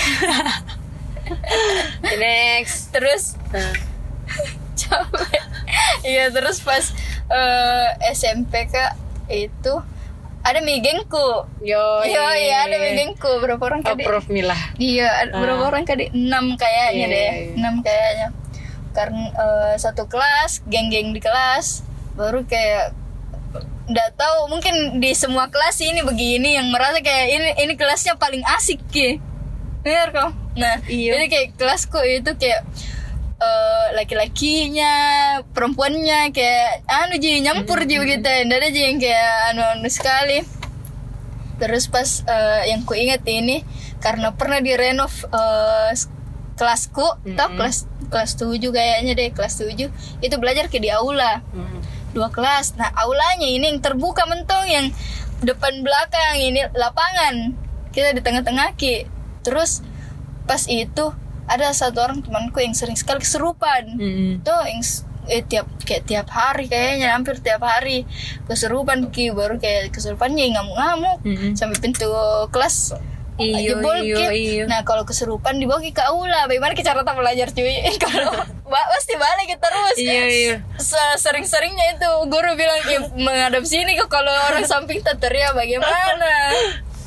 next terus uh. Capek. Iya terus pas uh, S M P kak itu ada migengku. Yo iya ada migengku berapa orang kak? Oh, Prof Mila. Iya ah. Berapa orang kak? Enam kayaknya yeah, deh. Yeah. Enam kayaknya. Karena uh, satu kelas geng-geng di kelas baru kayak nggak tahu mungkin di semua kelas ini begini yang merasa kayak ini ini kelasnya paling asik ki. Bener kok. Nah iya. Jadi kayak kelasku itu kayak Uh, laki-lakinya, perempuannya kayak anu ji nyampur ji begitu, ndak ada ji yang kayak anu-anu sekali. Terus pas uh, yang ku ingat ini karena pernah direnov uh, kelasku, mm-hmm. tau kelas kelas tujuh kayaknya deh kelas tujuh itu belajar ke di aula mm-hmm. dua kelas. Nah aulanya ini yang terbuka mentong yang depan belakang ini lapangan kita di tengah-tengah ki. Terus pas itu ada satu orang temanku yang sering sekali kesurupan mm-hmm. tuh yang eh, tiap kayak tiap hari kayaknya hampir tiap hari kesurupan ki baru kayak kesurupannya ngamuk-ngamuk mm-hmm. sampai pintu kelas iyo, jebol iyo, ki. iyo. Nah kalau kesurupan dibawa ke aula bagaimana cara kita belajar cuy kalau pasti balik terus iyo, iyo. Sering-seringnya itu guru bilang menghadap sini kok kalau orang samping teriak bagaimana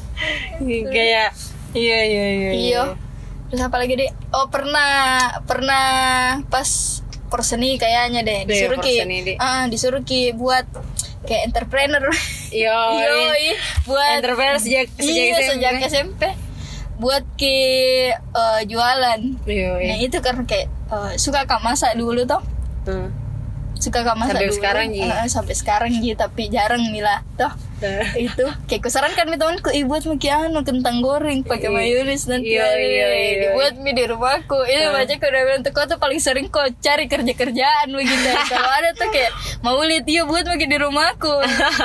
kayak iya iya iya iya. Terus apa lagi deh? Oh pernah pernah pas perseni kayaknya deh disuruh ki, ah uh, disuruh ki buat kayak entrepreneur. Yo, Yoi, buat entrepreneur sejak sejak iya, S M P. Sejak S M P buat ki uh, jualan. Yoi. Nah itu karena kayak uh, suka kak masak dulu toh. Hmm. Suka kak masak sampai dulu. Sekarang, uh, sampai sekarang gitu tapi jarang nih lah toh. Itu kayak kusarankan mi temanku ibu buat maki anu kentang goreng pakai mayones nanti iya, iya, iya. dibuat mi di rumahku ini uh. baca kau udah bilang tuh kau tuh paling sering kau cari kerja kerjaan begitu kalau ada tuh kayak mau lihat iya buat maki di rumahku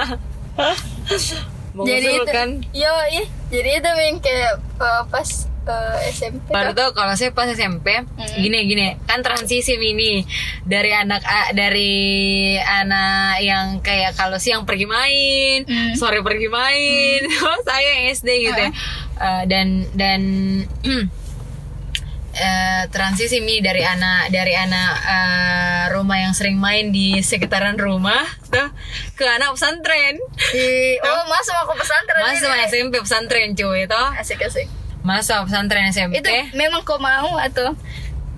jadi itu kan yo ih jadi itu yang kayak uh, pas uh, S M P baru tuh kalau saya pas S M P hmm. gini gini kan transisi ini dari anak dari anak yang kayak kalau siang pergi main hmm. sore pergi main hmm. saya yang S D gitu uh. ya uh, dan dan uh, transisi ini dari anak dari anak uh, rumah yang sering main di sekitaran rumah tuh ke anak pesantren. I, oh masuk aku pesantren masuk S M P pesantren cuy toh asik asik masuk pesantren S M P itu memang kau mau atau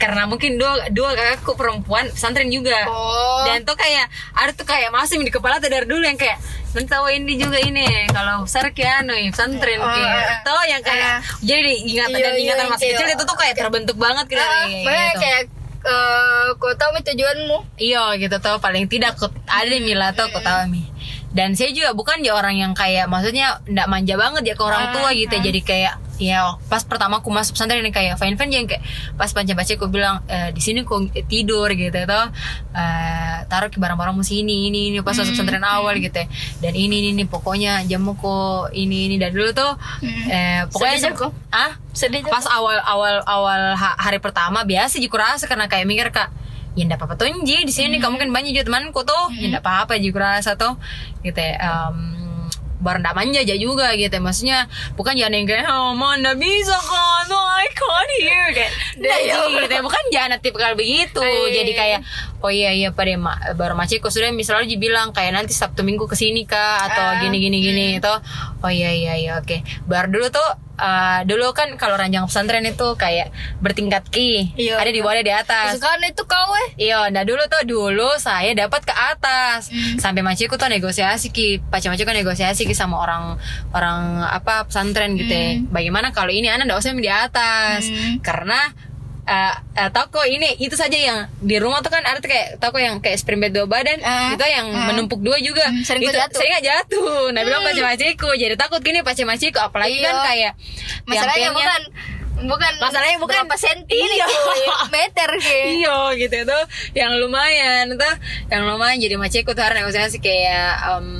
karena mungkin dua dua kakakku perempuan pesantren juga. Oh. Dan tuh kayak ada tuh kayak masih di kepala tuh dari dulu yang kayak nanti tahu ini juga ini kalau besar kayak anu pesantren Oh, kayak tuh yang kayak uh, jadi ingatan iya, dan ingatan iya, masih iya. kecil itu tuh kayak terbentuk banget gitu. Ah, kayak makanya gitu. kayak eh, kau tahu mi tujuanmu. Iya gitu tuh paling tidak aku ada di Mila tuh aku tahu mi. Dan saya juga bukan ya orang yang kayak maksudnya ndak manja banget ya ke orang tua gitu ya. Jadi kayak ya pas pertama aku masuk pesantren ini kayak fine fine yang kayak pas baca-baca aku bilang e, di sini kok tidur gitu tuh e, taruh ke barang-barangmu sini ini ini pas masuk pesantren awal gitu ya. Dan ini ini, ini pokoknya jamu kok ini ini dan dulu tuh eh, pokoknya Sedih kok. ah Sedih pas awal awal awal ha- hari pertama biasa juga rasa karena kayak mikir kak ya enggak apa-apa tuh Nji di sini kamu kan banyak juga temanku tuh ya enggak apa-apa juga rasa tuh gitu ya. Um, baru ndak manja aja juga gitu maksudnya bukan jangan yang kayak oh mau ndak bisa kan no I can't hear kayak ndak gitu ya bukan jangan tipikal begitu. Jadi kayak oh iya iya pada ma- baru macikku sudah misalnya dibilang kayak nanti Sabtu Minggu kesini kah atau gini gini gini itu oh iya iya iya oke. Baru dulu tuh Uh, dulu kan kalau ranjang pesantren itu kayak bertingkat ki, Iya. ada di bawah ada di atas. Sekarang itu kau eh. Iya, nah dulu tuh dulu saya dapat ke atas Mm. sampai maciku tuh negosiasi ki, pacar-pacar kan negosiasi ki sama orang orang apa pesantren gitu ya. Bagaimana kalau ini anak nggak usah di atas Mm. karena Uh, uh, toko ini itu saja yang di rumah tuh kan ada tuh kayak toko yang kayak sprint bed dua badan Uh, itu yang uh. menumpuk dua juga Hmm, sering itu kok jatuh. sering nggak jatuh. Nah bilang Hmm. pacar maciku jadi takut gini pacar maciku apalagi Iya. kan kayak Masalahnya tiang-tiangnya- bukan bukan Masalahnya bukan- berapa senti ini Iya. cuy, meter kayak. Iya gitu tuh yang lumayan tuh yang lumayan jadi maciku tuh harus negosiasi kayak um,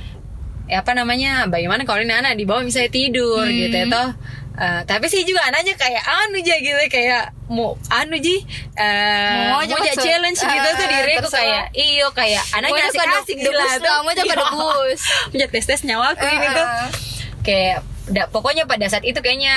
ya apa namanya bagaimana kalau ini anak di bawah misalnya tidur Hmm. gitu ya toh. Uh, tapi sih juga anaknya kayak anu aja gitu kayak mau anu ji uh, Mau mau aja aja maksud. challenge gitu tuh Ah, diriku terserah. kayak iyo kayak anaknya Mau aja asik pada asik debus gila lah, mau aja pada debus. Iya. tes tes nyawa aku ini tuh Ah. kayak da, pokoknya pada saat itu kayaknya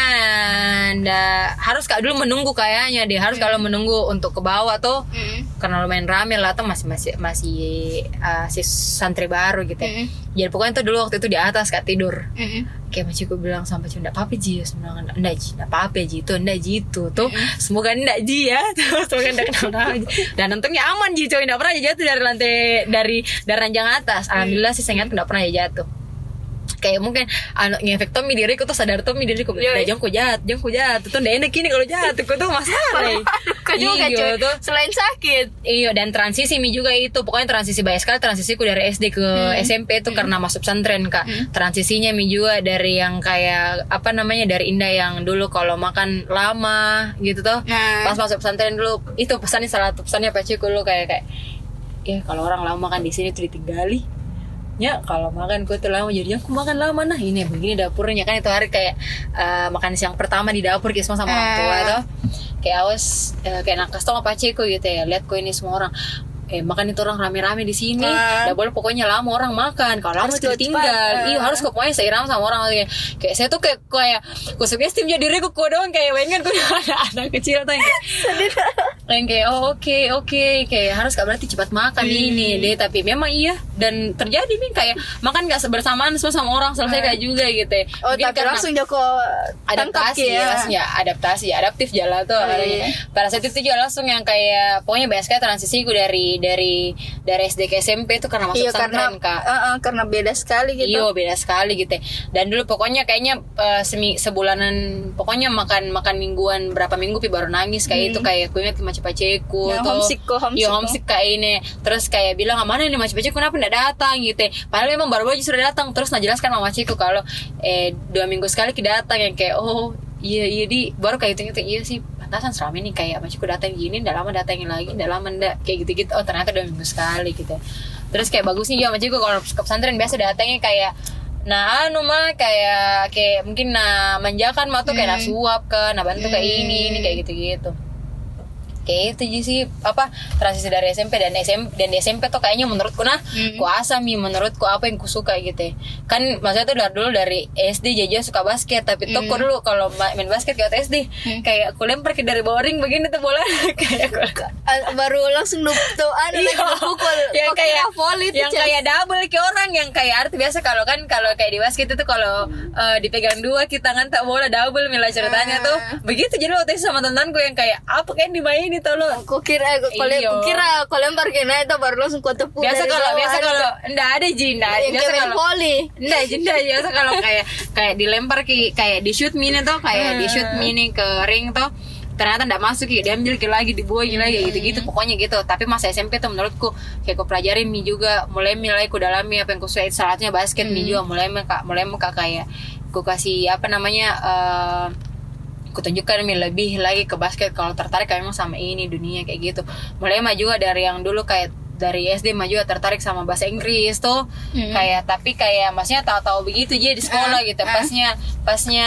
nda, harus kak dulu menunggu kayaknya deh harus kalau menunggu untuk ke bawah tuh Mm. karena lumayan rame lah tuh masih masih masih uh, si santri baru gitu ya. Mm. Jadi pokoknya tuh dulu waktu itu di atas kak tidur Mm-mm. kayak macikku bilang sampai cuma ndak apa-apa ji ya sebenarnya ndak ji ndak apa-apa ji itu ndak ji itu tuh semoga ndak ji ya tuh semoga ndak kenapa dan untungnya aman ji coy ndak pernah jatuh dari lantai dari dari ranjang atas alhamdulillah sih saya ingat ndak pernah jatuh kayak mungkin anu ngefek Tommy diriku tuh sadar Tommy diriku Iya. udah jongko jatuh jongko jatuh tuh ndak enak ini kalau jatuh kok tuh masalah Kau juga Iya, cuy tuh. selain sakit. Iya dan transisi mi juga itu pokoknya transisi banyak sekali transisiku dari S D ke S M P itu karena masuk pesantren kak transisinya mi juga dari yang kayak apa namanya dari Indah yang dulu kalau makan lama gitu tuh Nah. pas masuk pesantren dulu itu pesannya salah satu pesannya paciku dulu kayak kayak ya kalau orang lama makan di sini tuh ditinggali ya kalau makan gue tuh lama jadinya aku makan lama nah ini begini dapurnya kan itu hari kayak uh, makan siang pertama di dapur gitu semua sama orang tua tuh kayak awas uh, kayak nakas tuh apa ciku gitu ya lihat kok ini semua orang eh makan itu orang rame-rame di sini Ah. nggak boleh pokoknya lama orang makan kalau lama Harus itu cepat. ditinggal Ah. iya harus kok pokoknya seirama sama orang kayak, kayak saya tuh kayak kayak kusuknya steam jadi diriku kok doang kayak pengen tuh ada anak kecil tuh yang kayak yang kayak oh oke oke kayak harus gak berarti cepat makan ini deh tapi memang iya dan terjadi nih kayak makan gak bersamaan semua sama orang selesai kayak juga gitu ya. Oh Mungkin tapi karena langsung Joko tangkap adaptasi ya, maksudnya adaptasi adaptif jalan tuh iya. pada saat itu juga langsung yang kayak pokoknya banyak sekali transisiku dari dari dari S D ke S M P itu karena masuk Iya karena pesantren kak uh, uh, karena beda sekali gitu. Iya beda sekali gitu ya. Dan dulu pokoknya kayaknya uh, semi sebulanan pokoknya makan makan mingguan berapa minggu pi baru nangis kayak itu kayak aku ingat macam paceku Ya, tuh homesick kok, homesick iya kok. homesick kayak ini terus kayak bilang mana nih macam paceku kenapa nggak datang gitu ya. Padahal memang baru aja sudah datang terus nah jelaskan sama paceku kalau eh dua minggu sekali kita datang yang kayak oh iya iya di baru kayak itu iya sih pantasan selama ini kayak paceku datang gini nggak lama datangin lagi nggak lama ndak kayak gitu gitu oh ternyata dua minggu sekali gitu ya. Terus kayak bagusnya juga paceku kalau ke pesantren biasa datangnya kayak nah anu mah kayak kayak mungkin nah manjakan mah tuh kayak nah suap kan nah bantu kayak ini ini kayak gitu gitu kayak itu sih apa transisi dari S M P dan S M dan di S M P tuh kayaknya menurutku nah Hmm. ku asam nih menurutku apa yang ku suka gitu ya. Kan maksudnya tuh dari dulu dari S D Jaja suka basket tapi tuh Hmm. kok dulu kalau ma- main basket kayak S D kayak aku lempar ke dari bawah ring begini tuh bola kayak aku Uh, baru langsung nup tuh anu lagi pukul yang kayak volley tuh, yang Cez. kayak double kayak orang yang kayak arti biasa kalau kan kalau kayak di basket itu kalau uh, dipegang dua kita tangan tak bola double mila ceritanya Ah. tuh begitu jadi waktu itu sama temanku yang kayak apa kan dimainin ini tolong. Aku kira aku kira kalau lempar kena itu baru langsung kau tepuk. Biasa kalau biasa kalau enggak ada Jin, enggak. Biasa kalau volley. Enggak, Jin biasa kalau kayak kayak dilempar ki kayak di shoot mini tuh kayak di shoot mini ke ring tuh ternyata enggak masuk ki, dia ambil ki lagi dibuang lagi gitu-gitu pokoknya gitu. Tapi masa S M P tuh menurutku kayak aku pelajarin mi juga mulai mulai aku dalami apa yang aku suka salatnya basket mi juga mulai kak mulai kak kayak aku kasih apa namanya uh, aku tunjukkan mi lebih lagi ke basket kalau tertarik kayak emang sama ini dunia kayak gitu. Mulai mah juga dari yang dulu kayak dari S D mah juga tertarik sama bahasa Inggris tuh hmm. kayak tapi kayak maksudnya tahu-tahu begitu aja di sekolah uh, gitu uh. pasnya pasnya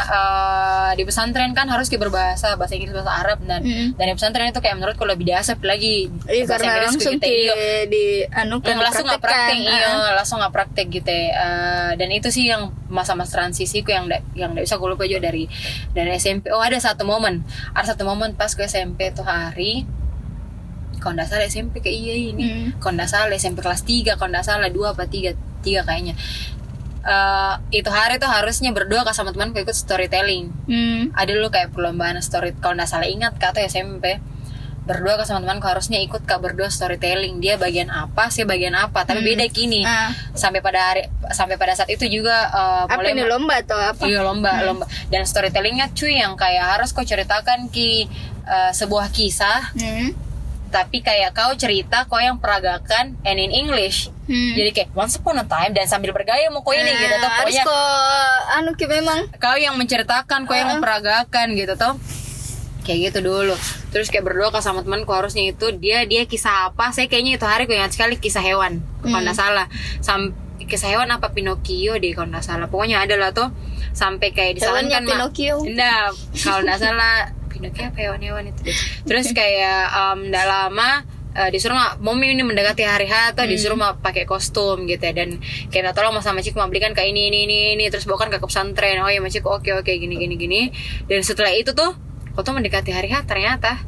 uh, di pesantren kan harus kayak berbahasa bahasa Inggris bahasa Arab dan hmm. dan di pesantren itu kayak menurutku lebih dasar lagi iya, bahasa Inggris langsung kita iyo di anu kan langsung nggak praktek uh. iya langsung nggak praktek gitu uh, dan itu sih yang masa-masa transisiku yang da, yang nggak bisa gue lupa juga dari dari S M P. Oh ada satu momen ada satu momen pas gue S M P tuh hari kalau nggak salah S M P kayak iya ini hmm. kalau nggak salah S M P kelas tiga kalau nggak salah dua apa tiga tiga kayaknya uh, itu hari tuh harusnya berdoa ke sama temanku ikut storytelling hmm. ada dulu kayak perlombaan story kalau nggak salah ingat kak tuh S M P berdoa ke sama temanku harusnya ikut kak berdoa storytelling dia bagian apa sih bagian apa tapi hmm. beda kini uh. sampai pada hari sampai pada saat itu juga uh, apa mulai ini lomba atau apa iya lomba hmm. lomba dan storytellingnya cuy yang kayak harus kau ceritakan ki uh, sebuah kisah hmm. tapi kayak kau cerita kau yang peragakan and in English hmm. jadi kayak once upon a time dan sambil bergaya mau kau ini nah, gitu tuh pokoknya kau anu ki memang kau yang menceritakan kau uh. yang memperagakan gitu tuh kayak gitu dulu terus kayak berdoa ke sama temanku harusnya itu dia dia kisah apa saya kayaknya itu hari aku ingat sekali kisah hewan hmm. kalau nggak salah Sam, kisah hewan apa Pinocchio deh kalau nggak salah pokoknya ada lah tuh sampai kayak disarankan Pinocchio enggak kalau nggak salah Pinocchio apa hewan-hewan itu deh. Terus kayak um, nggak lama uh, disuruh mah mommy ini mendekati hari H atau hmm. disuruh mah pakai kostum gitu ya dan kayak tolong mas sama Cik mau belikan kayak ini ini ini ini terus bawakan ke pesantren oh ya Cik oke oke gini gini gini dan setelah itu tuh kau tuh mendekati hari H ternyata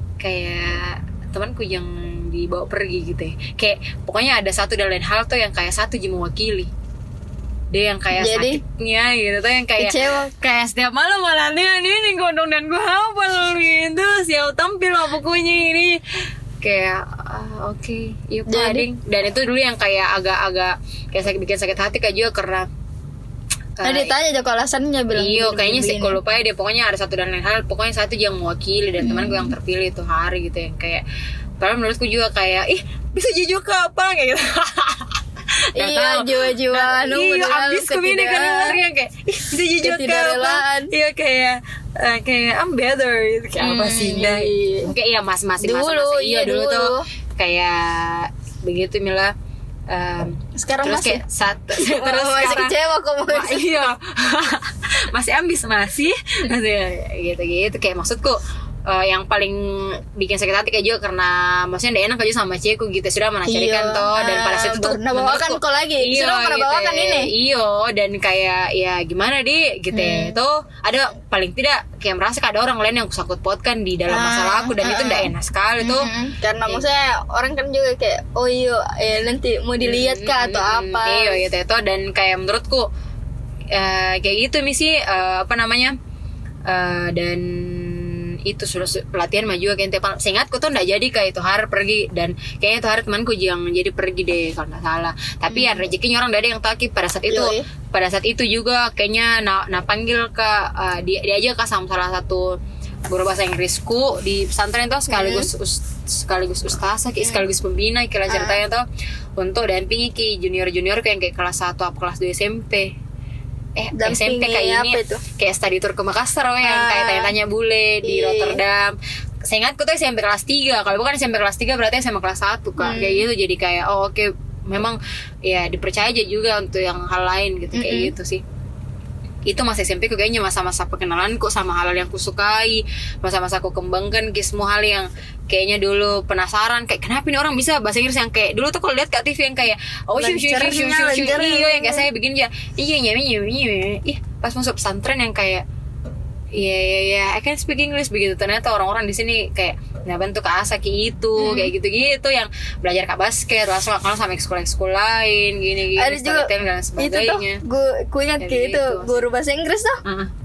kayak temanku yang dibawa pergi gitu ya kayak pokoknya ada satu dan lain hal tuh yang kayak satu jadi mewakili dia yang kayak jadi, sakitnya gitu tuh yang kayak kecewa. Kayak setiap malam malamnya ini gondong dan gue hafal gitu siap tampil lah bukunya ini kayak uh, oke okay, yuk paling dan itu dulu yang kayak agak-agak kayak sakit bikin sakit hati kayak juga karena Nah, ditanya aja kalau alasannya bilang iyo kayaknya sih kalau lupa ya dia pokoknya ada satu dan lain hal pokoknya satu yang mewakili dan hmm. teman gue yang terpilih itu hari gitu yang kayak padahal menurutku juga kayak ih bisa jujur ke apa kayak gitu iya jiwa-jiwa nah, iya ambis kemini kan yang kayak ih bisa jujur ke apa iya kayak uh, kayak I'm better gitu kayak hmm, apa sih nah mungkin iya mas-mas dulu masa-masa iya dulu, dulu tuh kayak begitu Mila. Um, sekarang terus masih kayak satu terus oh, masih sekarang, kecewa kok ma- iya masih ambis masih masih gitu gitu kayak maksudku uh, yang paling bikin sakit hati kayak juga karena maksudnya tidak enak aja sama cewekku gitu sudah mana carikan toh dan pada saat itu pernah bawakan kok lagi iyo, sudah pernah gitu, bawakan ini iyo dan kayak ya gimana di gitu hmm. itu ada paling tidak kayak merasa ada orang lain yang kusakut potkan di dalam masalah aku dan uh, itu tidak enak sekali tuh hmm. karena eh. maksudnya orang kan juga kayak oh iya eh, nanti mau dilihat kah hmm, atau hmm, apa iya gitu itu dan kayak menurutku uh, kayak gitu misi uh, apa namanya uh, dan itu sudah pelatihan mah juga kayak tiap seingatku tuh nggak jadi kayak itu hari pergi dan kayaknya itu hari temanku yang jadi pergi deh kalau nggak salah tapi hmm. ya rezekinya orang ada yang takip pada saat itu Yui. pada saat itu juga kayaknya na, na panggil ke uh, dia dia aja ke sama salah satu guru bahasa Inggrisku di pesantren tuh sekaligus hmm. us, sekaligus ustazah kayak sekaligus pembina kira ceritanya tuh untuk dampingi ki junior junior kayak kayak kelas satu atau kelas dua S M P eh S M P kayak ini kayak study tour ke Makassar oh, yang ah. kayak tanya-tanya bule di Iyi. Rotterdam. Saya ingatku tuh S M P kelas tiga. Kalau bukan S M P kelas tiga berarti S M P kelas satu Kak. Hmm. Kayak gitu jadi kayak oh oke okay. memang ya dipercaya aja juga untuk yang hal lain gitu mm-hmm. kayak gitu sih. Itu masa S M P ku kayaknya masa-masa perkenalanku sama hal-hal yang kusukai, masa-masa aku kembangkan ke semua hal yang kayaknya dulu penasaran kayak kenapa ini orang bisa bahasa Inggris yang kayak dulu tuh kalau lihat Kak T V yang kayak oh shu shu shu shu shu iya yang kayak saya bikin aja iya iya iya iya ih pas masuk pesantren yang kayak iya iya iya I can speak English begitu ternyata orang-orang di sini kayak nggak bentuk asa ki itu hmm. kayak gitu-gitu yang belajar Kak basket langsung kalau sampai sekolah-sekolah lain gini-gini ada juga dan sebagainya itu tuh gue gue ingat kayak itu guru bahasa Inggris tuh uh-huh.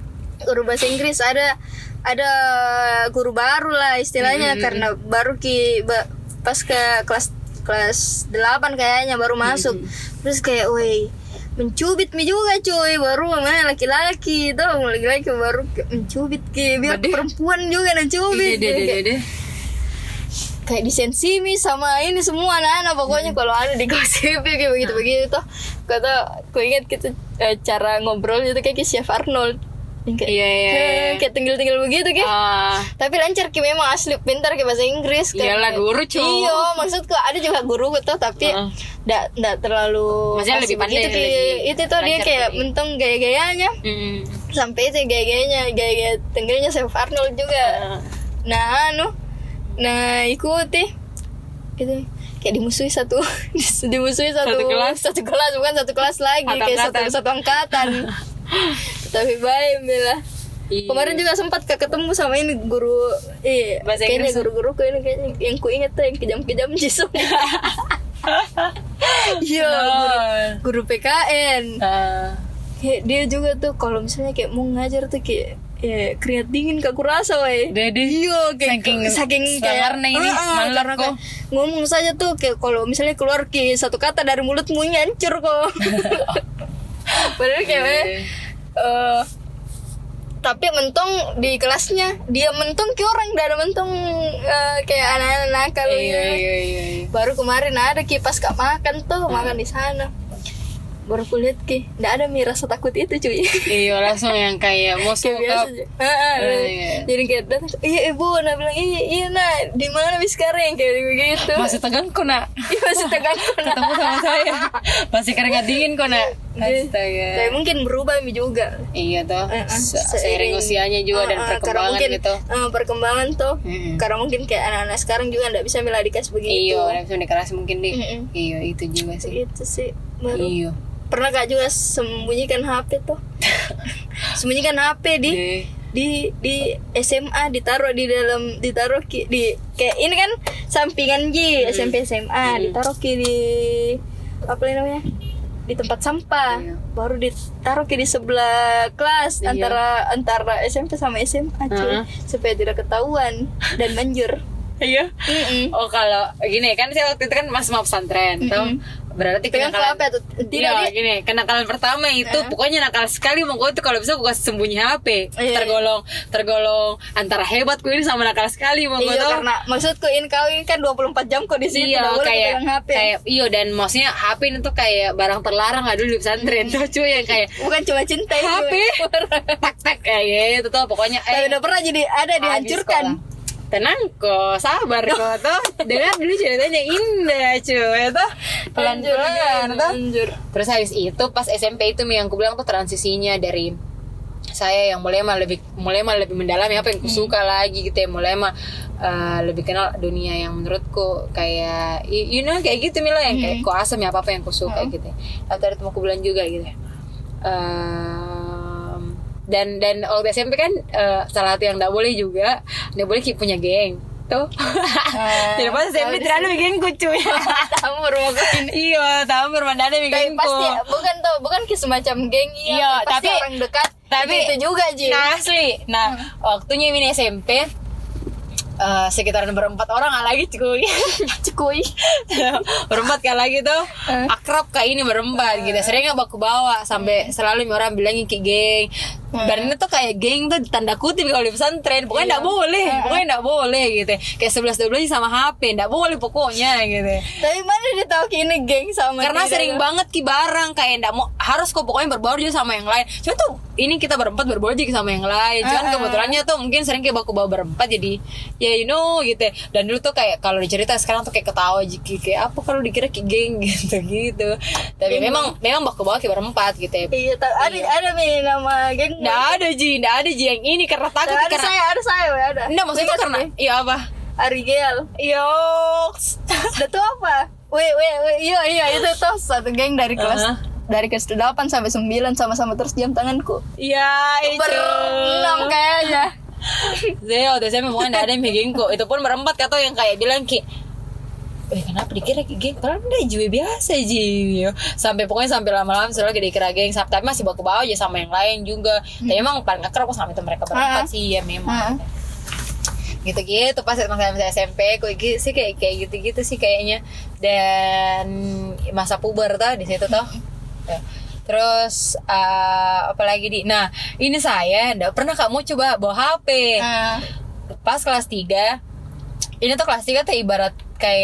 guru bahasa Inggris ada ada guru baru lah istilahnya, mm-hmm. karena baru ki ba, pas ke kelas kelas delapan kayaknya baru masuk, mm-hmm. terus kayak woi mencubit mi juga cuy, baru mana laki-laki tuh laki-laki baru mencubit ki biar Bade. Perempuan juga mencubit kayak, kayak disensi mi sama ini semua anak-anak pokoknya, hmm. kalau ada di gosip kayak begitu-begitu tuh kata aku ingat kita eh, cara ngobrol itu kayak Chef Arnold yang kayak iya, iya, iya. kayak tinggal-tinggal begitu kayak uh. tapi lancar ki memang asli pintar ke bahasa Inggris kayak iyalah guru cuy. Iya maksudku ada juga guru tuh tapi ndak uh. ndak terlalu maksudnya lebih pandai gitu, itu tuh dia kayak kiri. Mentong gaya-gayanya mm. sampai itu gaya-gayanya gaya-gaya tengganya Chef Arnold juga uh. nah anu nah ikuti gitu kayak dimusuhi satu dimusuhi satu, satu kelas satu kelas bukan satu kelas lagi Atau kayak angkatan. satu satu angkatan tapi baik Bella. Iya. Kemarin juga sempat ketemu sama ini guru eh bahasa kayaknya guru-guru ku ini kayaknya yang ku inget tuh yang kejam-kejam jisu. Iya, guru, guru P K N. Uh. Kayak dia juga tuh kalau misalnya kayak mau ngajar tuh kayak ya keringat dingin kak kurasa weh. Dede. Iya kayak saking, saking kayak ini uh, uh, karena kok ngomong saja tuh kayak kalau misalnya keluar ki satu kata dari mulutmu hancur kok. Padahal kayak uh, tapi mentong di kelasnya dia mentong kayak orang dah ada mentong uh, kayak anak-anak nakal iya, iya, iya, iya. Baru kemarin ada ki pas gak makan tuh hmm. makan di sana baru kulihat ki nggak ada mi rasa takut itu cuy. Iya langsung yang kayak mau suka uh, uh, iya. Jadi kayak datang iya ibu nak bilang iya iya nak di mana bis sekarang kayak begitu masih tegang kok nak. Iya masih tegang kok nak ketemu sama saya masih keringat dingin kok nak. Astaga. Tapi mungkin berubah mi juga. Iya toh uh, uh, seiring usianya juga uh, dan perkembangan mungkin, gitu uh, perkembangan tuh mm-hmm. karena mungkin kayak anak-anak sekarang juga nggak bisa meladikas begitu. Iya nggak bisa dikeras mungkin deh. Mm-hmm. Iya itu juga sih itu sih baru iya. Pernah gak juga sembunyikan H P tuh sembunyikan H P di De. di di S M A ditaruh di dalam ditaruh ki, di kayak ini kan sampingan Ji hmm. S M P S M A hmm. ditaruh ki di apa namanya di tempat sampah iya. Baru ditaruh ki di sebelah kelas iya. antara antara S M P sama S M A cuy uh-huh. supaya tidak ketahuan dan manjur. Iya. Mm-mm. Oh kalau gini kan saya waktu itu kan masih mau pesantren, tuh berarti kenakalan apa tuh? Tidak ya, gini kenakalan pertama itu uh. pokoknya nakal sekali mau gue tuh kalau bisa gue kasih sembunyi H P yeah. tergolong tergolong antara hebat gue ini sama nakal sekali mau gue iya, tuh karena maksudku ini kau ini kan dua puluh empat jam kok di sini iya, boleh kayak, pegang H P kayak iyo dan maksudnya H P itu kayak barang terlarang nggak dulu di pesantren tuh cuy yang kayak bukan cuma cinta H P tak tak kayak gitu tuh pokoknya eh, udah pernah jadi ada dihancurkan. Tenang kok, sabar kok tuh. Dengar dulu ceritanya indah cuy tuh. Pelan-pelan tuh. Terus habis itu pas S M P itu yang aku bilang tuh transisinya dari saya yang mulai mah lebih mulai mah lebih mendalami apa yang aku suka hmm. lagi gitu ya, mulai mah uh, lebih kenal dunia yang menurutku kayak you know kayak gitu Mila yang kayak hmm. kok asam ya apa-apa yang aku suka hmm. gitu. Atau itu aku bilang juga gitu. Uh, dan dan waktu S M P kan uh, salah satu yang nggak boleh juga nggak boleh punya geng tuh uh, tidak pas S M P tidak ada gengku cuy tamu rumah ini iya tamu rumah ada gengku pasti bukan tuh bukan kayak semacam geng iya, iya pasti tapi orang dekat tapi itu, itu juga Ji nah asli nah hmm. waktunya ini S M P Uh, sekitaran berempat orang lagi cuy cuy berempat kali lagi tuh uh. akrab kayak ini berempat uh. gitu seringnya baku bawa sampai uh. selalu orang bilangin kayak geng uh. dan ini tuh kayak geng tuh tanda kutip kalau di pesantren pokoknya nggak boleh uh. pokoknya nggak boleh gitu kayak sebelas dua belas sama H P nggak boleh pokoknya gitu tapi mana dia tahu ini geng sama karena sering kan? Banget ki barang kayak nggak mau harus kok pokoknya berbaur juga sama yang lain cuma tuh ini kita berempat berbaur juga sama yang lain cuman uh. kebetulannya tuh mungkin sering kayak baku bawa berempat jadi ya you know gitu dan dulu tuh kayak kalau dicerita sekarang tuh kayak ketawa jadi kayak apa kalau dikira kayak geng gitu gitu tapi ini. memang memang baku bawa kayak berempat gitu ya iya tak, ada iya. ada nih nama geng nggak ada Ji nggak ada Ji yang ini karena takut ada karena saya ada saya ada nggak maksudnya itu karena iya apa Arigel yoks itu apa weh weh weh iya iya itu tuh satu geng dari kelas uh-huh. dari kelas delapan sampai sembilan sama-sama terus jam tanganku iya itu berenam kayaknya saya udah saya memang nggak ada yang bikin kok itu pun berempat kata yang kayak bilang ki eh kenapa dikira geng, padahal udah juga biasa Ji. Sampai pokoknya sampai lama-lama selalu dikira geng, tapi masih bawa ke bawah aja sama yang lain juga. hmm. Tapi emang paling akrab aku sama itu mereka berempat uh-huh. sih ya memang. uh-huh. Gitu-gitu pas masa S M P aku sih kayak kayak gitu-gitu sih kayaknya. Dan masa puber tuh di situ tuh. Terus uh, apalagi di nah ini saya enggak pernah kamu coba bawa H P. uh. Pas kelas tiga. Ini tuh kelas tiga tuh ibarat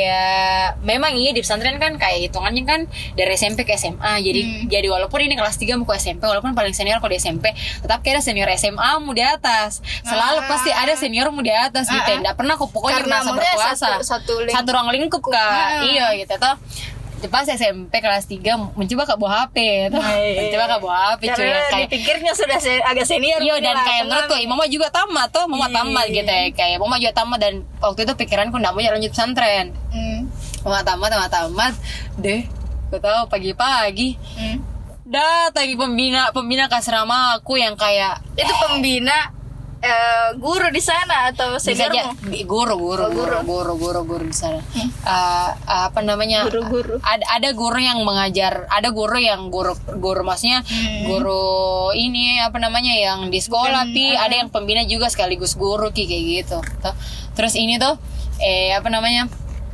kayak memang iya di pesantren kan kayak hitungannya kan dari S M P ke S M A. Jadi hmm. jadi walaupun ini kelas tiga mau ke S M P, walaupun paling senior kalau di S M P, tetap kayak ada senior S M A mu di atas. Selalu ah. pasti ada senior mu di atas ah. gitu. Enggak pernah kok pokoknya merasa berkuasa. Satu, satu, ling- satu ruang lingkup Kak. Ah. Iya gitu tuh. Pas S M P kelas tiga mencoba Kak bawa H P tuh. Mencoba Kak bawa H P cuy yang kayak dipikirnya sudah se- agak senior. Iya dan kayak menurutku Mama juga tamat tuh, Mama tamat gitu ya. Kayak Mama juga tamat dan waktu itu pikiranku enggak mau lanjut pesantren. Hmm. Mama tamat, Mama tamat deh. Aku tahu pagi-pagi. Hmm. Datang pembina pembina ke asrama aku yang kayak itu pembina Uh, guru di sana atau seniormu? Guru, guru, oh, guru, guru, guru, guru di sana. Hmm. Uh, apa namanya? Guru-guru. Ada ada guru yang mengajar, ada guru yang guru guru maksudnya hmm. guru ini apa namanya yang di sekolah, tapi uh, ada yang pembina juga sekaligus guru kayak gitu. Terus ini tuh eh apa namanya?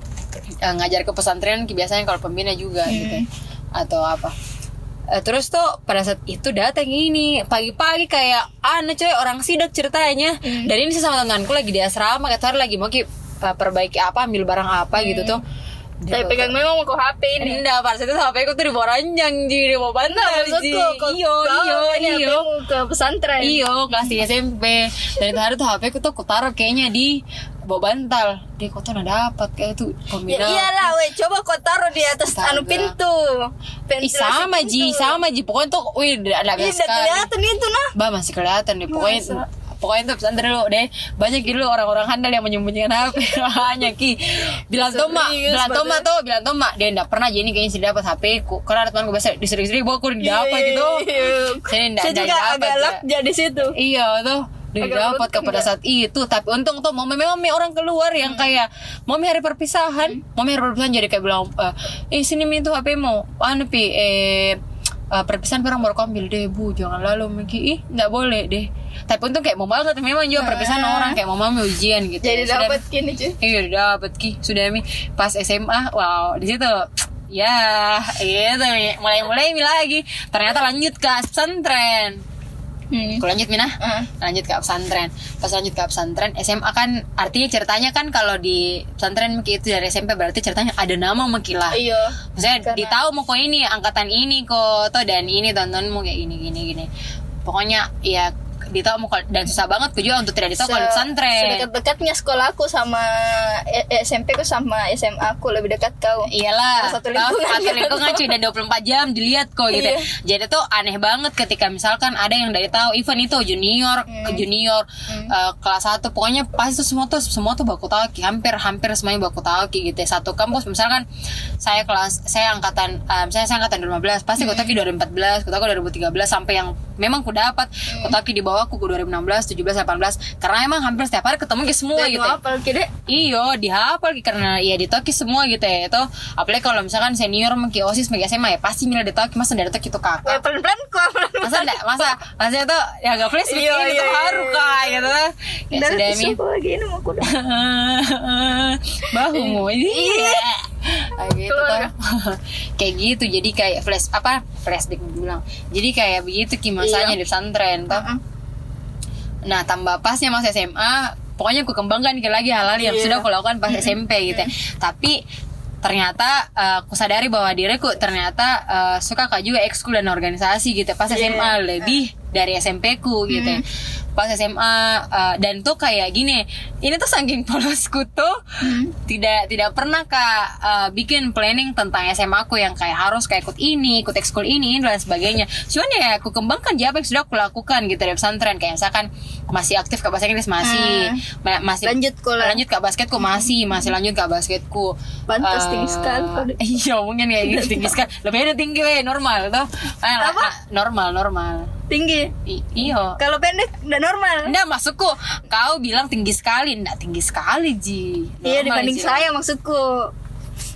Uh, ngajar ke pesantren biasanya kalau pembina juga hmm. gitu. Atau apa? Uh, terus tuh pada saat itu datang ini pagi-pagi kayak aneh coy orang sidak ceritanya. hmm. Dan ini sih sama temanku lagi di asrama kata lagi mau ki uh, perbaiki apa ambil barang apa hmm. gitu tuh. Saya pegang memang mau ke H P ini. Enggak, pas itu H P ku tuh dibawa ranjang Ji, dibawa bantal Ji. Iyo, iyo, iyo ke pesantren. Iyo, kelas tiga S M P. Dan itu hari tuh H P ku tuh ku taruh kayaknya di bawa bantal. Dia kok tuh enggak dapat kayak itu pembina. Ya, iyalah, weh, coba kau taruh di atas Astaga. anu pintu. Ih, sama pintu. Ji, sama Ji. Pokoknya tuh wih enggak biasa sekali. Kelihatan itu nah. Bah, masih kelihatan nih pokoknya. Masa? Pokoknya tuh pesantren dulu deh banyak gitu orang-orang handal yang menyembunyikan H P. Banyak ki bilang tuh mak bilang tuh mak tuh bilang tuh mak dia enggak pernah jadi kayaknya sih dapat H P ku karena temanku biasa disering-sering bawa aku dapat gitu. Saya enggak saya juga agak lak jadi situ. Iya tuh dia dapat pada saat itu. Tapi untung tuh momen memang orang keluar yang kayak momen hari perpisahan momen hari perpisahan jadi kayak bilang eh sini mi tuh H P mau anu pi eh Uh, perpisahan orang baru ambil deh bu jangan lalu Miki ih nggak boleh deh tapi untung kayak mau banget memang juga perpisahan nah. orang kayak mau mami ujian gitu jadi ya. Dapat kini cuy iya dapat ki sudah mi pas S M A wow di situ ya itu mulai-mulai mi lagi ternyata lanjut ke pesantren. Hmm. Aku lanjut Mina, uh. lanjut ke pesantren. Pas lanjut ke pesantren S M A kan artinya ceritanya kan kalau di pesantren itu dari S M P berarti ceritanya ada nama Mekilah. Iya. Maksudnya karena ditahu mau kok ini angkatan ini kok tuh dan ini tontonmu kayak gini gini gini. Pokoknya ya ditahu mau dan susah banget ku juga untuk tidak ditahu kalau pesantren. Sedekat-dekatnya sekolah aku sama S M P ku sama S M A aku lebih dekat kau. Iyalah. Satu lingkungan. Satu lingkungan cuy dan dua puluh empat jam dilihat kok gitu. Iya. Jadi tuh aneh banget ketika misalkan ada yang dari tahu even itu junior hmm. ke junior hmm. uh, kelas satu pokoknya pasti tuh semua tuh semua tuh baku tauki hampir hampir semuanya baku tauki gitu. Satu kampus misalkan saya kelas saya angkatan uh, misalnya saya angkatan dua ribu lima belas pasti hmm. ku tauki dua ribu empat belas, ku tauki dua ribu tiga belas sampai yang memang ku dapat hmm. ku tauki di bawah aku dua ribu enam belas, tujuh belas, delapan belas karena emang hampir setiap hari ketemu ke semua dan gitu. Hafal kide. Iyo, dihafal karena ya ditoki semua gitu ya. Itu apalagi kalau misalkan senior mengki OSIS mengki S M A ya pasti mila ditoki masa dari itu kakak. Ya pelan-pelan kok. Masa enggak masa masa itu ya enggak flash bikin itu iya, haru kak gitu. Ya sudah mi. Lagi ini mau kuda. Bahumu ini. Kayak gitu tuh. Kayak gitu jadi kayak flash apa? Flashback bilang. Jadi kayak begitu ki masanya di pesantren tuh. Nah tambah pasnya mas S M A pokoknya aku kembangkan lagi hal-hal yang yeah. sudah aku lakukan pas S M P gitu ya. Tapi ternyata uh, aku sadari bahwa diriku ternyata uh, suka kak juga ekskul dan organisasi gitu pas yeah. S M A lebih dari S M P ku gitu ya. Pas S M A uh, dan tuh kayak gini ini tuh saking polosku tuh hmm. tidak tidak pernah kak uh, bikin planning tentang S M A aku yang kayak harus kayak ikut ini ikut ekskul ini dan sebagainya. Cuman ya aku kembangkan apa yang sudah aku lakukan gitu dari pesantren kayak misalkan masih aktif ke bahasa Inggris masih hmm. ma- masih lanjut ke lanjut ke basketku masih masih lanjut ke basketku. Pantas uh, tinggi sekali. Iya mungkin kayak gitu tinggi sekali lebih ada tinggi weh normal tuh. Apa? Normal normal tinggi. I- iyo. Kalau pendek udah normal. Nggak maksudku kau bilang tinggi sekali, nggak tinggi sekali Ji. Normal, iya dibanding Ji. Saya maksudku.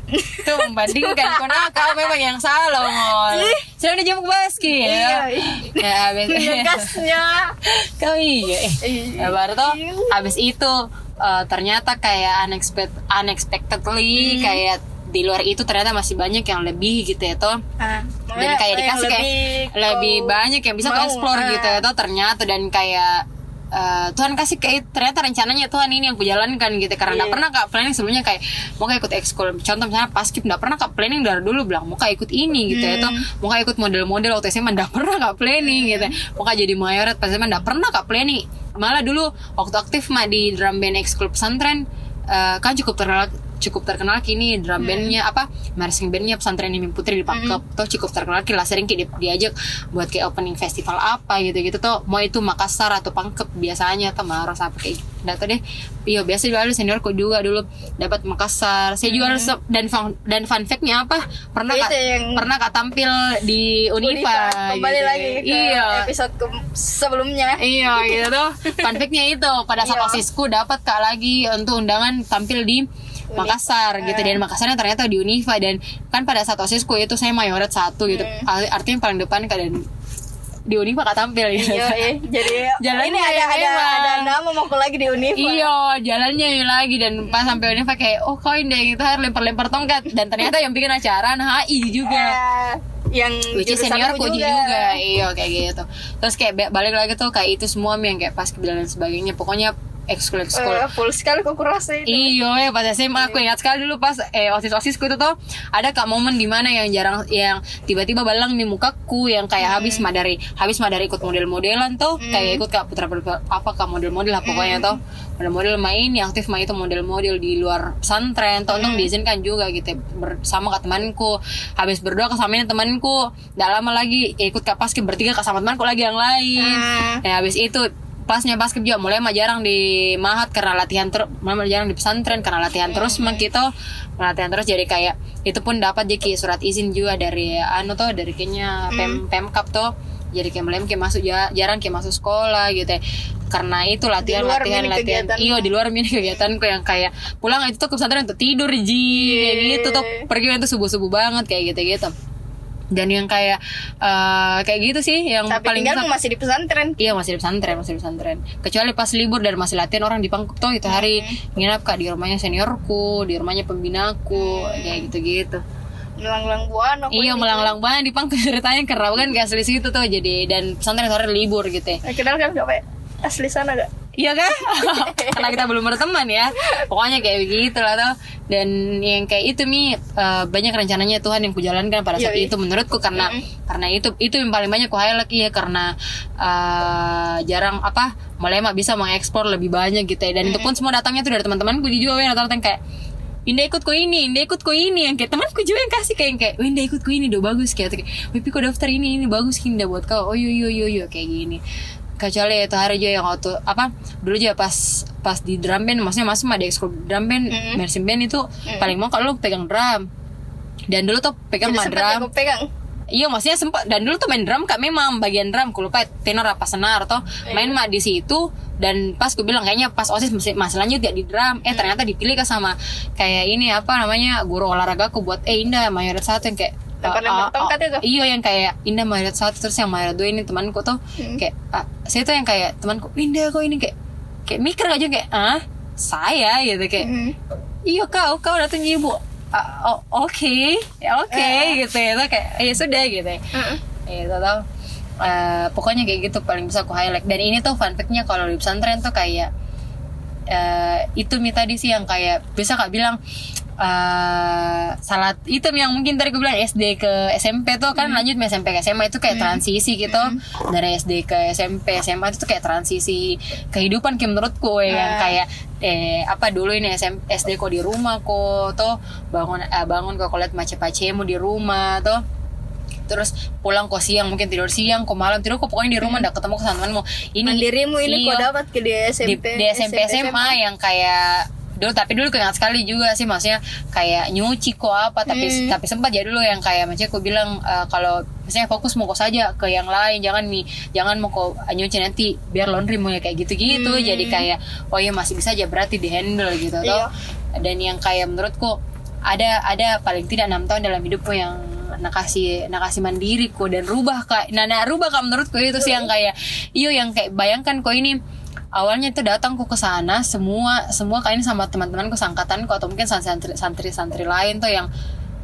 Tuh membandingkan kau nah kau memang yang salah ngol. Sedang dijemput basket ya. Ya habis gasnya. Kau iya. Eh, baru tuh habis itu uh, ternyata kayak unexpected unexpectedly hmm. kayak di luar itu ternyata masih banyak yang lebih gitu ya toh. Ah, dan kayak dikasih kayak lebih, lebih banyak yang bisa kau explore ah. gitu ya toh ternyata dan kayak Uh, Tuhan kasih kayak ternyata rencananya Tuhan ini yang kujalankan gitu karena yeah. gak pernah kak planning sebelumnya kayak mau kak ikut ekskul contoh misalnya paskib gak pernah kak planning dari dulu bilang mau kak ikut ini gitu hmm. ya tuh mau kak ikut model-model waktu S M A gak pernah kak planning hmm. gitu mau kak jadi mayoret pas S M A gak pernah kak planning malah dulu waktu aktif mah di drum band ekskul pesantren uh, kan cukup terkenal cukup terkenal kini drum bandnya hmm. apa marching bandnya pesantren Mimpi Putri di Pangkep hmm. tuh cukup terkenal kini lah sering kayak di, diajak buat kayak opening festival apa gitu gitu tuh mau itu Makassar atau Pangkep biasanya atau Maros apa kayak gitu deh iya biasa juga ada seniorku juga dulu dapat Makassar saya juga hmm. dan fun, dan fun fact-nya apa pernah kak, yang... pernah kak tampil di Unifa kembali gitu. Lagi ke iya. episode ke- sebelumnya iya gitu tuh fun fact-nya itu pada saat osisku dapat kak lagi untuk undangan tampil di Makassar Unifa. Gitu dan Makassarnya ternyata di Unifa dan kan pada saat osisku itu saya mayoret satu gitu hmm. artinya paling depan kan dan di Unifa gak tampil gitu. Iya, iya. Jadi jalannya ini ada ada, ada nama mau lagi di Unifa. Iya, jalannya lagi dan pas sampai Unifa kayak oh kau ini gitu harus lempar-lempar tongkat dan ternyata yang bikin acara H I juga. Uh, yang which is seniorku juga. juga. Iya kayak gitu. Terus kayak balik lagi tuh kayak itu semua yang kayak pas kebilan dan sebagainya. Pokoknya ekskul ekskul uh, full sekali kok kurasa itu. Iya, pas S M A aku ingat sekali dulu pas eh osis-osisku itu tuh ada kak momen di mana yang jarang yang tiba-tiba balang di mukaku yang kayak hmm. habis mah dari habis mah dari ikut model-modelan tuh hmm. kayak ikut kak putra apa kak model-model lah pokoknya hmm. tuh model-model main yang aktif main itu model-model di luar pesantren tuh untung hmm. diizinkan juga gitu bersama kak temanku habis berdoa kesamain temanku enggak lama lagi ikut kak paskib bertiga kak sama temanku lagi yang lain hmm. nah habis itu pasnya basket juga mulai mah jarang di mahat karena latihan terus, mulai jarang di pesantren karena latihan terus memang kita latihan terus jadi kayak itu pun dapat jadi surat izin juga dari anu tuh dari kayaknya pem pemkap tuh jadi kayak mulai kayak masuk jarang kayak masuk sekolah gitu ya. Karena itu latihan latihan latihan iyo di luar mini kegiatanku yang kayak pulang itu tuh ke pesantren untuk tidur ji kayak gitu tuh pergi itu subuh subuh banget kayak gitu gitu. Dan yang kayak uh, kayak gitu sih yang tapi paling tinggal masih di pesantren. Iya masih di pesantren masih di pesantren kecuali pas libur dan masih latihan orang di Pangkep tuh itu hari hmm. nginap kak di rumahnya seniorku di rumahnya pembinaku hmm. kayak gitu gitu melang-lang buana iya melang-lang buana di Pangkep ceritanya karena kan gak asli situ tuh jadi dan pesantren sore libur gitu ya. Kenal kan gak asli sana gak? Iya kan? Karena kita belum berteman ya. Pokoknya kayak begitu lah tuh. Dan yang kayak itu Mi uh, banyak rencananya Tuhan yang kujalankan pada saat Yoi. Itu menurutku karena mm-hmm. karena itu itu yang paling banyak ku highlight ya karena uh, jarang apa mulai mah bisa mengeksplor lebih banyak gitu ya. Dan mm-hmm. itu pun semua datangnya tuh dari teman-temanku juga ya rata-rata yang kayak Indah ikut ko ini, Indah ikut ko ini yang kayak temanku juga yang kasih kayak kayak, Indah ikut ko ini, do bagus kayak, Wipi ko daftar ini, ini bagus Indah buat kau, oh yo yo yo yo kayak gini. Kecuali itu hari juga yang waktu apa dulu juga pas pas di drum band maksudnya masih ada ekskul drum band mm-hmm. marching band itu mm-hmm. paling mau kalau lu pegang drum dan dulu tuh pegang mah drum pegang iya maksudnya sempat dan dulu tuh main drum kak memang bagian drum aku lupa tenor apa senar atau mm-hmm. main mah di situ dan pas gue bilang kayaknya pas osis masalahnya tidak di drum eh mm-hmm. ternyata dipilih kan sama kayak ini apa namanya guru olahraga aku buat eh Indah mayoret satu yang kayak lempar-lempar tongkat itu. Iya yang kayak Indah mayoret satu terus yang mayoret dua ini temanku tuh hmm. kayak ah, saya tuh yang kayak temanku Indah kok ini kayak kayak mikir aja kayak ah saya gitu kayak hmm. iya kau kau datang ibu ah, oh, oke okay. ya oke okay, uh. gitu ya kayak ya sudah gitu ya uh. gitu tau uh, pokoknya kayak gitu paling bisa aku highlight dan ini tuh fun fact-nya kalau di pesantren tuh kayak uh, itu Mi tadi sih yang kayak bisa kak bilang Uh, salat itu yang mungkin tadi gue bilang S D ke S M P tuh kan mm. lanjut S M P ke S M A itu kayak mm. transisi gitu mm. dari S D ke S M P S M A itu tuh kayak transisi kehidupan kayak menurutku ya, mm. yang kayak eh apa dulu ini S M S D kok di rumah kok tuh bangun uh, bangun kok lihat mace-macemu di rumah tuh terus pulang kok siang mungkin tidur siang kok malam tidur kok pokoknya di rumah ndak hmm. ketemu sama temanmu ini dirimu ini kok dapat ke di S M P di, di S M P S M A yang kayak dulu tapi dulu keingat sekali juga sih maksudnya kayak nyuci kok apa tapi hmm. tapi sempat ya dulu yang kayak macam aku bilang uh, kalau misalnya fokus mau kok saja ke yang lain jangan nih jangan mau kok nyuci nanti biar laundry mau kayak gitu-gitu hmm. jadi kayak oh iya masih bisa aja berarti di handle gitu iya. Toh dan yang kayak menurutku ada ada paling tidak enam tahun dalam hidupku yang nakasih nakasih mandiri kok dan rubah kak nah, nah rubah kak menurutku itu sih yang kayak iyo yang kayak bayangkan kok ini awalnya itu datang ku ke sana semua semua kayak ini sama teman-temanku sangkatanku atau mungkin santri santri santri lain tuh yang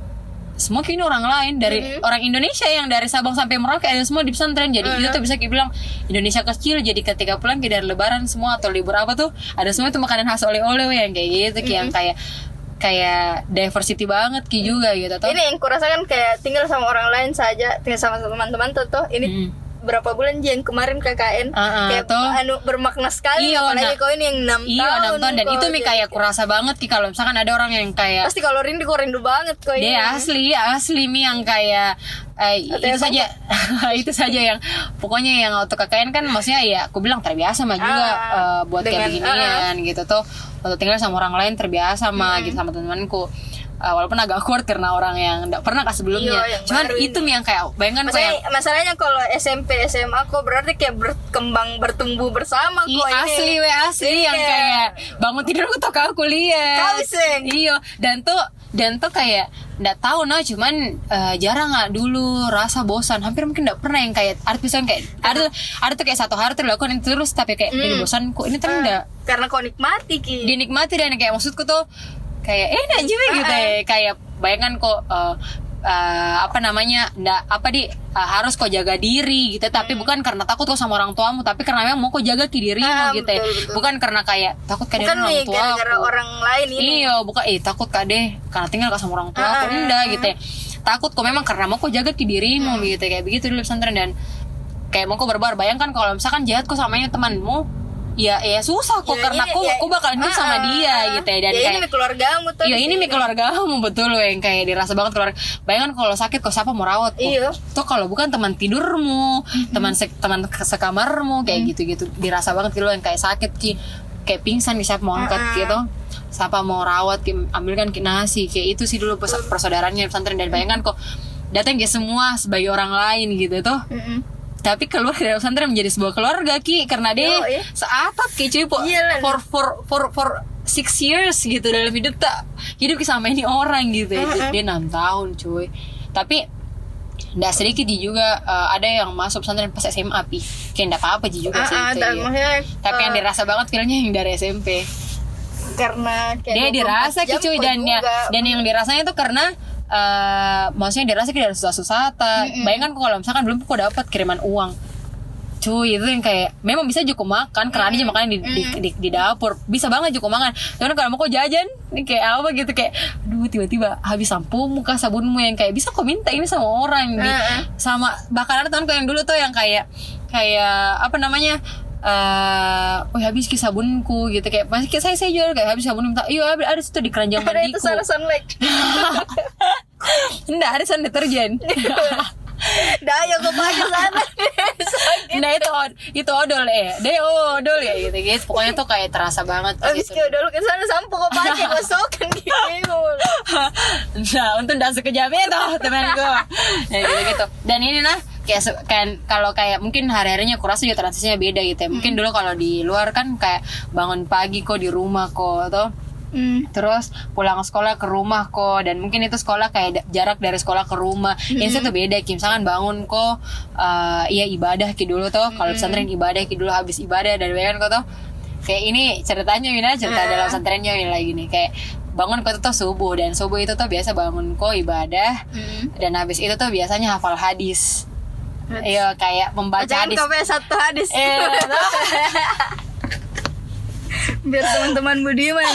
semua kini orang lain dari mm-hmm. orang Indonesia yang dari Sabang sampai Merauke ada semua di pesantren jadi mm-hmm. itu tuh bisa dibilang Indonesia kecil jadi ketika pulang ke dari Lebaran semua atau libur apa tuh ada semua itu makanan khas oleh-oleh yang kayak gitu mm-hmm. yang kayak kayak diversity banget ki juga gitu tuh. Ini yang kurasakan kayak tinggal sama orang lain saja tinggal sama teman-teman tuh tuh ini mm. berapa bulan aja yang kemarin K K N uh-uh, kayak tuh, anu bermakna sekali iyo, apalagi nah, kau ini yang enam iyo, tahun enam tahun dan itu mi kayak kurasa banget ki kalau misalkan ada orang yang kayak pasti kalau rindu kau rindu banget kau ini dia asli asli mi yang kayak eh, itu saja itu saja yang pokoknya yang waktu K K N kan maksudnya ya aku bilang terbiasa mah juga uh, uh, buat dengan, kayak beginian uh, gitu tuh waktu tinggal sama orang lain terbiasa mah hmm. gitu sama teman-temanku. Uh, walaupun agak awkward karena orang yang enggak pernah ke sebelumnya. Iyo, cuman itu nih yang kayak bayangkan masalahnya, kayak masalahnya kalau S M P S M A kok berarti kayak berkembang bertumbuh bersama kok asli we asli iya. Yang kayak bangun tidur aku tau kuliah. Kau sing. Iya dan tuh dan tuh kayak enggak tahu nah cuman uh, jarang nggak dulu rasa bosan hampir mungkin enggak pernah yang kayak artis yang kayak ada ada tuh kayak satu hari terlakukan itu terus tapi kayak mm. ini bosan kok ini tuh enggak uh, karena kau nikmati ki dinikmati dan kayak maksudku tuh kayak enak juga gitu ya kayak bayangkan kok uh, uh, apa namanya ndak apa di uh, harus kok jaga diri gitu tapi hmm. bukan karena takut kok sama orang tuamu tapi karena memang mau kok jaga ki dirimu ah, gitu betul, ya betul. Bukan karena kayak takut kayak orang tua gara-gara orang lain ini iya bukan eh takut kak deh karena tinggal sama orang tua aku ah, enggak gitu ya takut kok memang karena mau kok jaga ki dirimu hmm. gitu kayak begitu dulu pesantren dan kayak mau kok berbar bayangkan kalau misalkan jahat kok samanya temanmu ya ya susah kok ya, karena aku ya, aku bakal hidup uh, sama dia gitu ya dan ya, kayak ini keluargamu tuh iya ini mi keluargamu betul loh yang kayak dirasa banget keluarga bayangkan kalau sakit kok siapa mau rawat kok iya. Tuh kalau bukan teman tidurmu mm-hmm. teman se- teman sekamarmu kayak mm. gitu-gitu dirasa banget gitu loh yang kayak sakit ki kayak pingsan nih siapa mau angkat uh-uh. gitu siapa mau rawat ki ambilkan ki nasi kayak itu sih dulu pers- persaudaranya pesantren dan bayangkan kok datang ke semua sebagai orang lain gitu tuh mm-hmm. Tapi keluar dari pesantren menjadi sebuah keluarga ki karena dia oh, iya. seatap ki cuy po, for for for for six years gitu dalam hidup tak hidup sama ini orang gitu ya. Uh-huh. Dia enam tahun cuy tapi nggak sedikit juga uh, ada yang masuk pesantren pas S M A pi kayak nggak apa-apa juga uh, sih uh, itu ya. Tapi uh, yang dirasa banget feelnya yang dari S M P karena kayak dia dirasa ki cuy dan ya, dan yang dirasanya tuh karena Uh, maksudnya dirasa kayak dari susah-susah mm-hmm. Bayangkan kalau misalkan belum kok dapat kiriman uang cuy itu yang kayak memang bisa cukup makan karena mm-hmm. aja makan di, di, di, di dapur bisa banget cukup makan cuman kalau mau kok jajan kayak apa gitu kayak aduh tiba-tiba habis sampomu kah sabunmu yang kayak bisa kok minta ini sama orang di, mm-hmm. sama bahkan ada temanku yang dulu tuh yang kayak kayak apa namanya Uh, oh habis ki sabunku gitu kayak masih kayak saya saya jual kayak habis sabun minta iya ada situ di keranjang mandiku ada itu sana sunlight enggak ada sana deterjen dah ya kau pakai sana nah itu itu odol eh deh odol ya gitu gitu pokoknya tuh kayak terasa banget habis ki odol ke sana sampo kau pakai gosokan gitu nah untuk dah sekejap itu teman gue ya gitu gitu dan ini nah kayak kan kalau kayak mungkin hari-harinya aku rasa juga transisinya beda gitu ya. Mungkin hmm. dulu kalau di luar kan kayak bangun pagi kok di rumah kok atau hmm. terus pulang sekolah ke rumah kok dan mungkin itu sekolah kayak jarak dari sekolah ke rumah. Hmm. Ini tuh beda Kim, misalkan bangun kok uh, iya ibadah ki dulu tuh. Kalau hmm. pesantren ibadah ki dulu habis ibadah dan bayangkan kok tuh kayak ini ceritanya Mina cerita uh. dalam pesantrennya ini lagi nih kayak bangun kok tuh subuh dan subuh itu tuh biasa bangun kok ibadah hmm. dan habis itu tuh biasanya hafal hadis. Iya kayak membaca jangan hadis. Jangan kau satu hadis. Eh, biar teman-teman budiman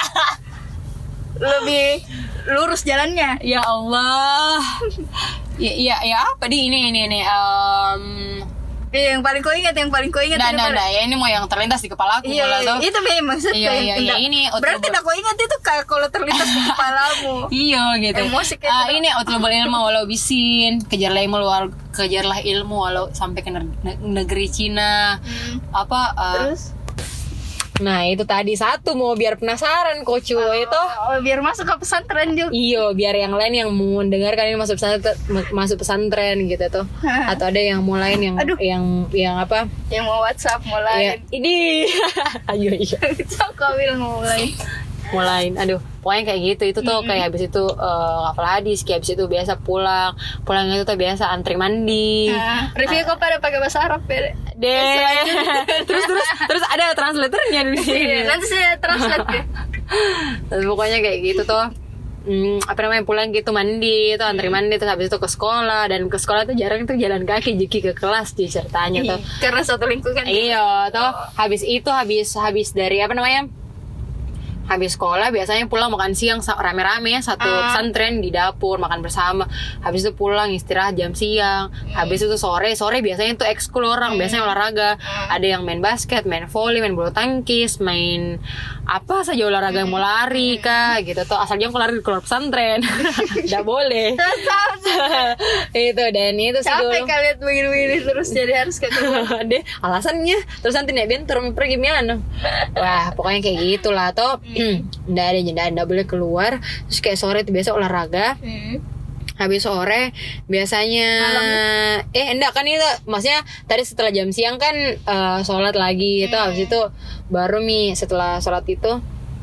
lebih lurus jalannya. Ya Allah. Ya ya, ya apa di ini ini ini um, ya, yang paling kau ingat yang paling kau ingat nah, nah, nah, ya ini mau yang terlintas di kepala aku iya, iya, itu memang maksudnya iya, iya, iya, ini berarti nak kau ingat itu kalau terlintas di kepalamu iya gitu emosi kayak uh, ini utlubul ilmu walau bisin kejarlah ilmu walau kejarlah ilmu walau sampai ke negeri Cina hmm. apa uh, terus nah itu tadi satu mau biar penasaran kok cuy oh, itu oh, biar masuk ke pesantren juga iyo biar yang lain yang mau mendengarkan ini masuk pesantren masuk pesantren gitu tuh atau ada yang mau lain yang Aduh. yang yang apa yang mau WhatsApp mau lain ya, ini ayo iya kawil mau lain Mulain, aduh, pokoknya kayak gitu. Itu tuh kayak habis itu uh, hafal hadis, kayak habis itu biasa pulang, pulang itu tuh biasa antri mandi. Nah, review kok pada pakai bahasa Arab ya? Deh, terus terus terus ada translatornya di sini. Iya, nanti saya translate ya. Terus pokoknya kayak gitu tuh. Hmm, apa namanya pulang gitu mandi itu antri mandi terus habis itu ke sekolah, dan ke sekolah tuh jarang tuh jalan kaki jiki ke kelas di ceritanya tuh karena satu lingkungan. iya tuh habis itu habis habis dari apa namanya habis sekolah biasanya pulang makan siang rame-rame satu uh. pesantren di dapur makan bersama, habis itu pulang istirahat jam siang, habis itu sore sore biasanya tuh ekskul orang biasanya olahraga, ada yang main basket, main volley, main bulu tangkis, main apa saja olahraga yang mau lari kah gitu tuh, asal jangan lari di keluar pesantren nggak boleh itu. Dan itu sih capek kalian begini-begini terus jadi harus ketemu deh alasannya terus nanti nek bentor pergi gimana. Wah pokoknya kayak gitulah toh. Nggak ada nggak nggak boleh keluar. Terus kayak sore itu biasa olahraga. Hmm. Habis sore biasanya malam. eh enggak kan itu maksudnya tadi setelah jam siang kan uh, sholat lagi itu hmm. habis itu baru mi setelah sholat itu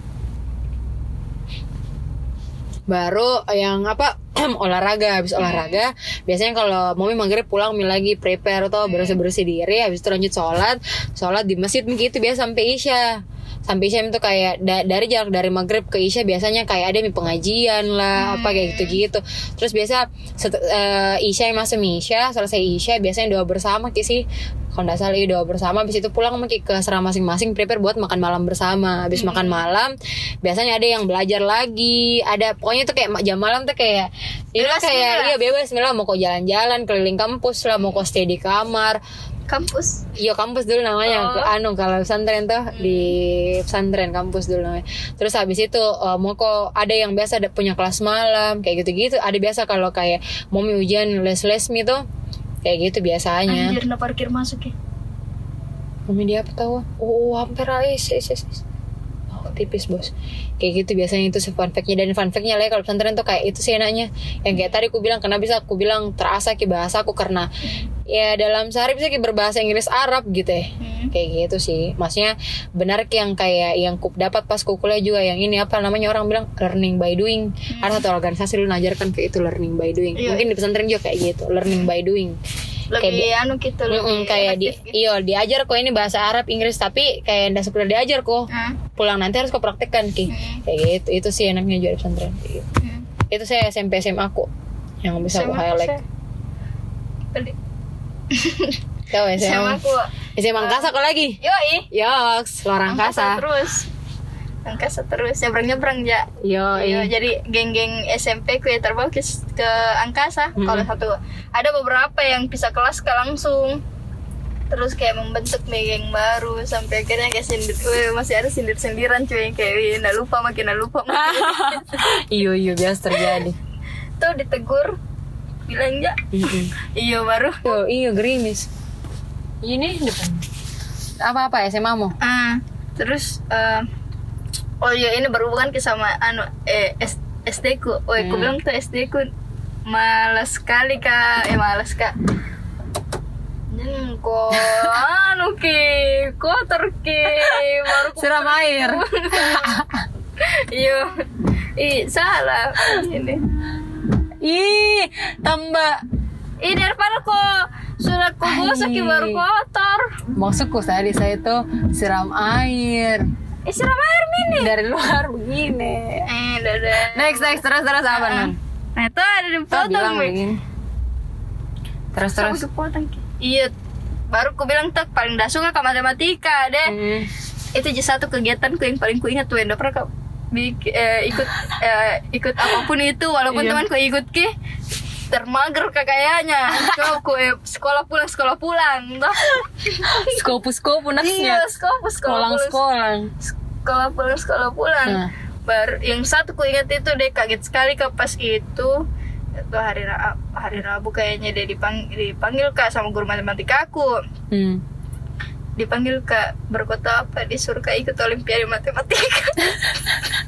baru yang apa olahraga. Habis olahraga biasanya kalau mami maghrib pulang mi lagi prepare atau bersih-bersih diri, habis itu lanjut sholat sholat di masjid begitu biasa sampai isya. Sampai isya itu kayak da- dari jarak dari maghrib ke isya biasanya kayak ada mi pengajian lah hmm. apa kayak gitu-gitu. Terus biasa set- uh, isya masuk isya selesai isya biasanya doa bersama ki sih kalau nggak salah doa bersama. Habis itu pulang mungkin ke asrama masing-masing prepare buat makan malam bersama. Habis hmm. makan malam biasanya ada yang belajar lagi, ada pokoknya tuh kayak jam malam tuh kayak ini lah kayak iya bebas lah mau kok jalan-jalan keliling kampus lah, mau kok stay di kamar. Kampus? Iya kampus dulu namanya. Oh. Anu kalau pesantren tuh hmm. di pesantren kampus dulu namanya. Terus habis itu uh, mau kok ada yang biasa ada punya kelas malam kayak gitu-gitu. Ada biasa kalau kayak mau ujian les-les gitu kayak gitu biasanya. Anjir, na parkir masuk ya. Mami dia apa tahu? Oh, hampir aja. Oh, tipis bos. Kayak gitu biasanya itu fun fact-nya. Dan fun fact-nya lah kalau pesantren tuh kayak itu sih enaknya. Yang kayak tadi aku bilang kenapa bisa aku bilang terasa ki bahasa aku karena ya dalam sehari bisa ki berbahasa Inggris Arab gitu ya. Hmm. Kayak gitu sih. Maksudnya benar ki yang kayak yang ku dapat pas ku kuliah juga yang ini apa namanya orang bilang learning by doing. Hmm. Ada satu organisasi lu ngajarkan kayak itu learning by doing. Iya. Mungkin di pesantren juga kayak gitu, learning by doing. Lebih kayak anu gitu lebih kayak di gitu. Iyo diajar kok ini bahasa Arab Inggris tapi kayak ndak sekedar diajar kok. Hmm. Pulang nanti harus kau praktekkan ki. Hmm. Kayak gitu. Itu sih enaknya juga di pesantren gitu. Hmm. Itu saya S M P S M A aku yang bisa aku highlight. Tahu S M A aku. S M A Angkasa kok lagi? Yoi. Yoks, luar angkasa. Terus. Angkasa terus nyebrang-nyebrang ya. Yo, iya. Jadi geng-geng S M P ku ya terbang ke, ke angkasa. Mm-hmm. Kalau satu ada beberapa yang pisah kelas ke langsung. Terus kayak membentuk geng baru sampai akhirnya kayak sindir, weh, masih ada sindir-sindiran cuy kayak nggak lupa makin nggak lupa. Iyo iyo biasa terjadi. Tuh ditegur bilang ya. Mm-hmm. Iyo baru. Yo iyo gerimis. Ini depan. Apa-apa S M A mu? Ah, terus uh, oh iya ini berhubungan ke sama anu eh S D ku. Oh, aku hmm. bilang tuh S D ku malas sekali kak, eh malas kak. Nen kok anu ki kotor ki baru siram air. Iya. Ih, salah ini. Ih, tambah. Ih, daripada kok sudah kok gosok ki baru kotor. Maksudku tadi saya tuh siram air. Eh, siram air mini dari luar begini. Eh, dadah. Next next terus terus apa uh, non? Nah itu ada di potong begini. Terus terus. Iya, baru ku bilang tuh paling dah suka ke matematika deh. Mm. Itu jadi satu kegiatanku yang paling ku ingat tuh yang pernah kau eh, ikut eh, ikut apapun itu walaupun iya. Temanku ikut ki termager kekayanya. Kau ku eh, sekolah pulang sekolah pulang. Skopus skopu naksnya. Iya, skopus sekolah sekolah. Sekolah pulang sekolah pulang. Nah. Baru yang satu ku ingat itu deh kaget sekali ke pas itu itu hari Ra- hari Rabu kayaknya dia dipang- dipanggil kak sama guru matematika aku. Hmm. Dipanggil kak berkata apa disuruh kak ikut olimpiade matematika.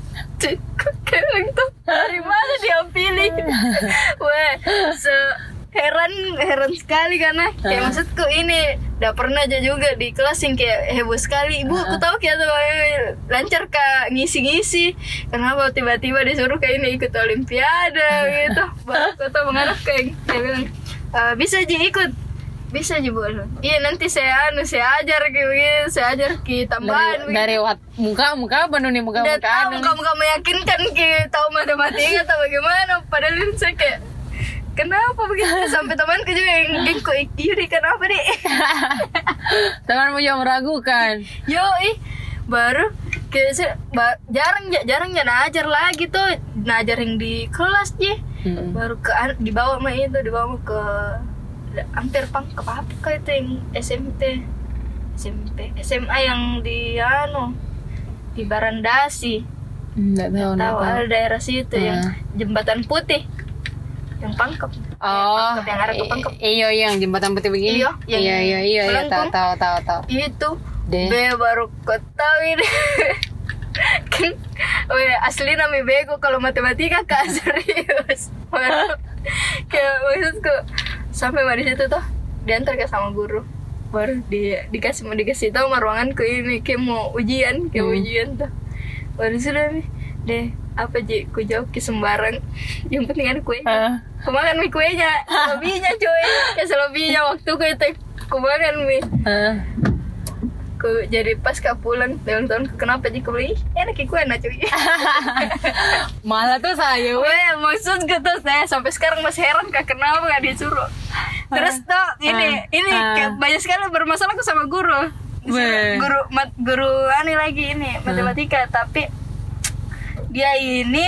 Kayak gitu dari mana dia pilih? Weh, se heran heran sekali karena kayak Uh. maksudku ini udah pernah aja juga di kelas yang kayak heboh sekali. Ibu, aku tahu kayak tuh lancar kak ngisi-ngisi. Kenapa tiba-tiba disuruh kayak ini ikut olimpiade gitu. Baru aku tuh mengarah kayak kayak bilang e, bisa Ji ikut. Bisa Ji Bu. Iya nanti saya anu saya ajar kayak begitu, saya ajar ki tambahan. Dari, dari wat, muka muka apa nih muka Udah muka tahu anu nih? muka-muka meyakinkan ki tahu matematika atau bagaimana. Padahal saya kayak kenapa begitu sampai temanku juga yang gengko Yuri kenapa nih? Temanmu yang meragukan. Yo ih baru kayak saya, ba, jarang jarang ya najar lagi tuh najar yang di kelas Ji. Mm-mm. Baru ke dibawa mah itu dibawa ke hampir pang ke apa itu yang S M P S M P S M A yang di anu di Barandasi. Enggak tahu Tahu apa. ada daerah situ Hmm. yang Jembatan Putih. Yang Pangkep. Oh, Pangkep, yang arah ke Pangkep. Iya, yang jembatan putih begini. Iya, yang iya, iya, iya, iya, tahu, melengkung. tahu, tahu, tahu. Itu Deh. be baru ketahui deh. Kan we asli namanya bego kalau matematika kak serius. Baru kayak maksudku sampai di situ tuh diantar ke sama guru. Baru di dikasih mau dikasih tahu sama ruanganku ini kayak mau ujian, kayak Hmm. ujian tuh. Baru sudah nih deh apa Ji, ku jawab ke sembarang. Yang penting ada kue. Ah. Kumakan mie kuenya, selebihnya cuy. Ya selebihnya waktu ku itu kumakan mie. Ah. Ku jadi pas kak pulang tahun tahun kenapa Ji ku beli enak kue enak cuy. Malah tuh saya, we. Weh maksud gitu saya sampai sekarang masih heran kak kenapa gak disuruh. Terus tuh ini Ah. ini Ah. kayak banyak sekali bermasalah aku sama guru. Disuruh Weh. Guru mat, guru aneh lagi ini matematika tapi dia ini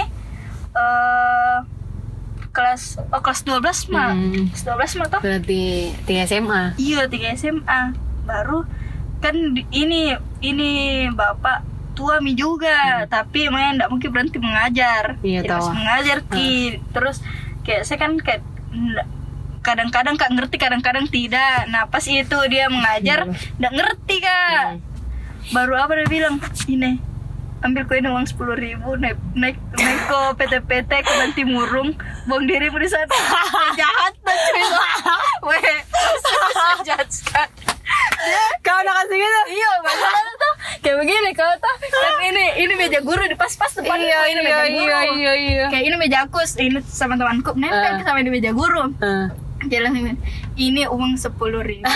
eh kelas oh kelas dua belas mah. Hmm. Kelas dua belas mah tuh. Berarti tiga S M A. Iya tiga S M A baru kan di- ini ini bapak tua mi juga tapi emang nggak mungkin berhenti mengajar. Iya, Jadi tahu. pas mengajar ki terus kayak saya kan kayak nggak- kadang-kadang kak ngerti kadang-kadang tidak. Nah pas itu dia mengajar nggak ngerti kak. Hmm. Baru apa dia bilang ini ambil koin uang sepuluh ribu naik naik naik ke P T P T ke Banti Murung buang dirimu di sana. Jahat banget cuy. Weh jahat sekali. Kau udah kasih gitu? Iya, masalah tuh kayak begini kau tuh kan ini ini meja guru di pas-pas depan Iya, oh, ini iya, meja guru. iya, iya, iya. Kayak ini meja aku, ini sama temanku nempel Ah. sama di meja guru. Ah. Jalan ini, ini uang sepuluh ribu.